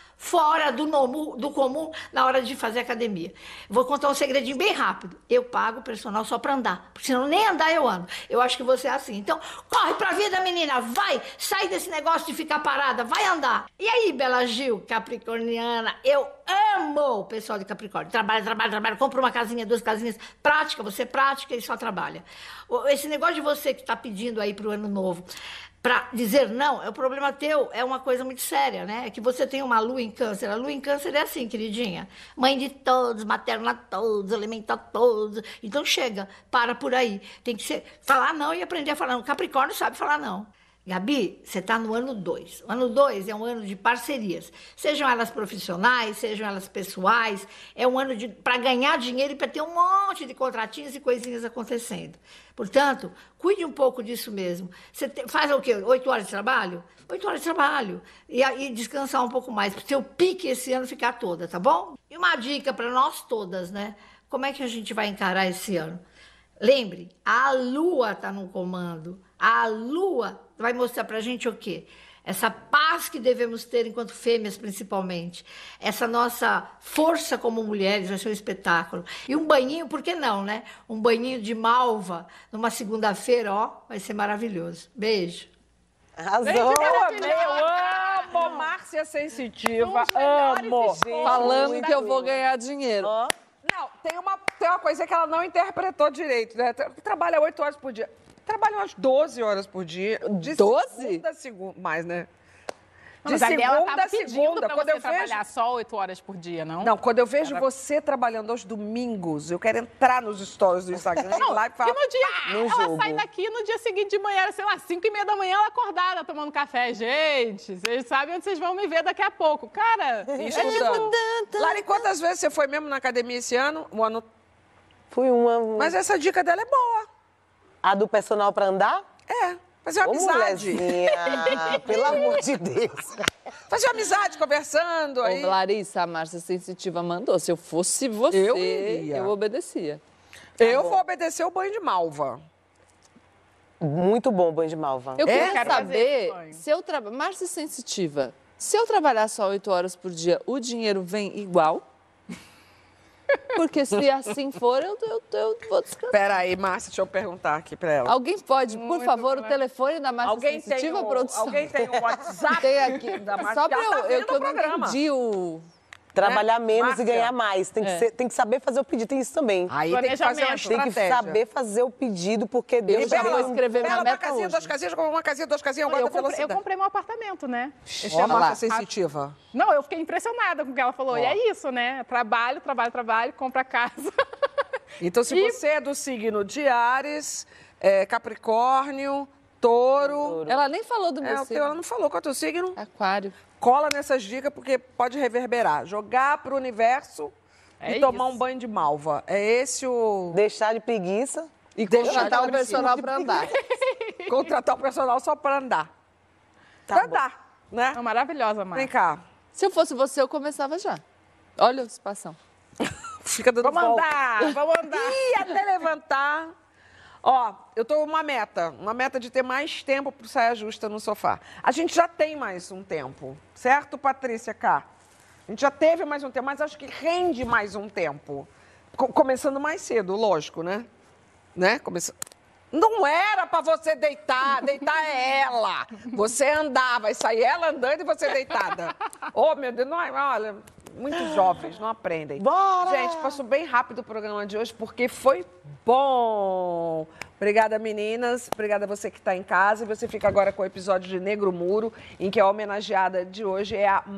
fora do, nomu, do comum na hora de fazer academia. Vou contar um segredinho bem rápido. Eu pago o personal só pra andar, porque senão nem andar eu ando. Eu acho que você é assim. Então, corre pra vida, menina, vai! Sai desse negócio de ficar parada, vai andar. E aí, Bela Gil, capricorniana, eu amo o pessoal de Capricórnio. Trabalha, trabalha, trabalha, compra uma casinha, duas casinhas, prática, você prática e só trabalha. Esse negócio de você que tá pedindo aí pro ano novo, para dizer não, é o problema teu, é uma coisa muito séria, né? É que você tem uma lua em câncer. A lua em câncer é assim, queridinha. Mãe de todos, materna todos, alimenta todos. Então chega, para por aí. Tem que ser, falar não e aprender a falar não. Capricórnio sabe falar não. Gabi, você está no ano dois. O ano dois é um ano de parcerias. Sejam elas profissionais, sejam elas pessoais. É um ano para ganhar dinheiro e para ter um monte de contratinhos e coisinhas acontecendo. Portanto, cuide um pouco disso mesmo. Você te, faz o quê? Oito horas de trabalho? Oito horas de trabalho. E aí descansar um pouco mais, para o seu pique esse ano ficar toda, tá bom? E uma dica para nós todas, né? Como é que a gente vai encarar esse ano? Lembre, a Lua está no comando. A Lua vai mostrar para a gente o quê? Essa paz que devemos ter enquanto fêmeas, principalmente. Essa nossa força como mulheres vai ser um espetáculo. E um banhinho, por que não, né? Um banhinho de malva numa segunda-feira, ó, vai ser maravilhoso. Beijo. Arrasou. Eu amei, eu amo Márcia Sensitiva, amo. Falando que eu vou ganhar dinheiro. Ó. Não, tem uma, tem uma coisa que ela não interpretou direito, né? Trabalha oito horas por dia. Trabalha umas doze horas por dia. De doze? Segunda a segunda, mais, né? De Mas a segunda dela tava a pedindo segunda. pra Quando você eu trabalhar vejo... só oito horas por dia, não? Não, quando eu vejo Era- você trabalhando aos domingos, eu quero entrar nos stories do Instagram e lá e E falar... no dia, No ela jogo. sai daqui no dia seguinte de manhã, sei lá, cinco e meia da manhã, ela acordada, tomando café. Gente, vocês sabem onde vocês vão me ver daqui a pouco. Cara, é Estudando. tipo... Lari, quantas vezes você foi mesmo na academia esse ano? Um ano... Fui uma... Mas essa dica dela é boa. A do personal pra andar? É, fazer uma Ô, amizade. mulherzinha, pelo amor de Deus. Fazer uma amizade, conversando aí. Ô, Larissa, a Márcia Sensitiva mandou. Se eu fosse você, Eu iria. eu obedecia. Eu vou obedecer o banho de malva. Muito bom o banho de malva. Eu É? queria Quero fazer saber esse sonho. se eu trabalho. Márcia Sensitiva, se eu trabalhar só oito horas por dia, o dinheiro vem igual? Porque se assim for, eu, eu, eu vou descansar. Pera aí, Márcia, deixa eu perguntar aqui pra ela. Alguém pode, por favor, o telefone da Márcia Alguém tem, Sensitiva, o, produção? alguém tem o WhatsApp Tem aqui. da Márcia? Só pra Já tá eu, eu, vendo que eu o não programa. entendi o... Trabalhar menos Márcia? e ganhar mais. Tem que, É. ser- tem que saber fazer o pedido. Tem isso também. Aí tem que fazer uma Planejamento. Tem que estratégia. saber fazer o pedido, porque Deus Eu já já vou deu um- escrever minha Ela, uma meta casinha, hoje. duas casinhas, uma casinha, duas casinhas, eu Eu gosto da comprei, eu velocidade. comprei meu apartamento, né? Esse Ó, ano. Márcia Sensitiva. Não, eu fiquei impressionada com o que ela falou. E é isso, né? Trabalho, trabalho, trabalho, compra casa. Então, se E- você é do signo de Áries, é, Capricórnio, Touro... Ela nem falou do meu É, o teu, ela signo. não falou qual é o teu signo. Aquário. Cola nessas dicas, porque pode reverberar. Jogar pro universo É e tomar isso. um banho de malva. É esse o... Deixar de preguiça. E deixar Contratar de um personal pra andar. contratar o personal só pra andar. pra andar, né? É maravilhosa, Márcia. Vem cá. Se eu fosse você, eu começava já. Olha a situação. Fica dando Vamos volta. andar, vamos andar. Ih, até levantar. Ó, eu tô uma meta, uma meta de ter mais tempo pro saia justa no sofá. A gente já tem mais um tempo, certo, Patrícia K? A gente já teve mais um tempo, mas acho que rende mais um tempo. Co- começando mais cedo, lógico, né? Né? Começa... Não era pra você deitar, deitar é ela. Você andar, vai sair ela andando e você deitada. Oh, meu Deus, não é, olha, muitos jovens não aprendem. Bora! Gente, passou bem rápido o programa de hoje porque foi bom. Obrigada, meninas. Obrigada a você que está em casa. E você fica agora com o episódio de Negro Muro, em que a homenageada de hoje é a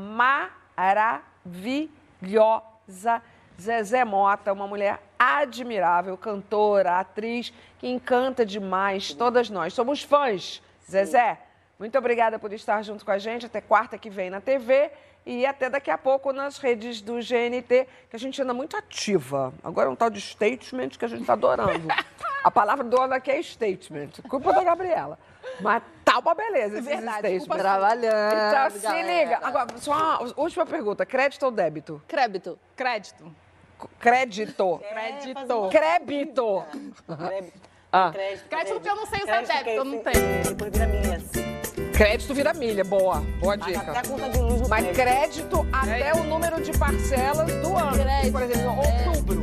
maravilhosa Zezé Mota, uma mulher admirável, cantora, atriz, que encanta demais todas nós. Somos fãs. Zezé, muito obrigada por estar junto com a gente. Até quarta que vem na T V. e até daqui a pouco nas redes do G N T, que a gente anda muito ativa. Agora é um tal de statement que a gente está adorando. A palavra do ano aqui é statement, culpa da Gabriela. Mas tá uma beleza esses Verdade, statements. culpa Trabalhando, Então se galera. liga. Agora, só uma última pergunta, crédito ou débito? Crédito. Crédito. Crédito. Crédito. Crédito. Ah. Crédito, Crédito porque eu não sei usar crédito, débito, eu não que- tenho. Depois vira milhas. Crédito vira milha, boa. Boa Paga dica. até a conta de luz no Mas crédito. crédito até o número de parcelas do ano. Crédito, Por exemplo, outubro.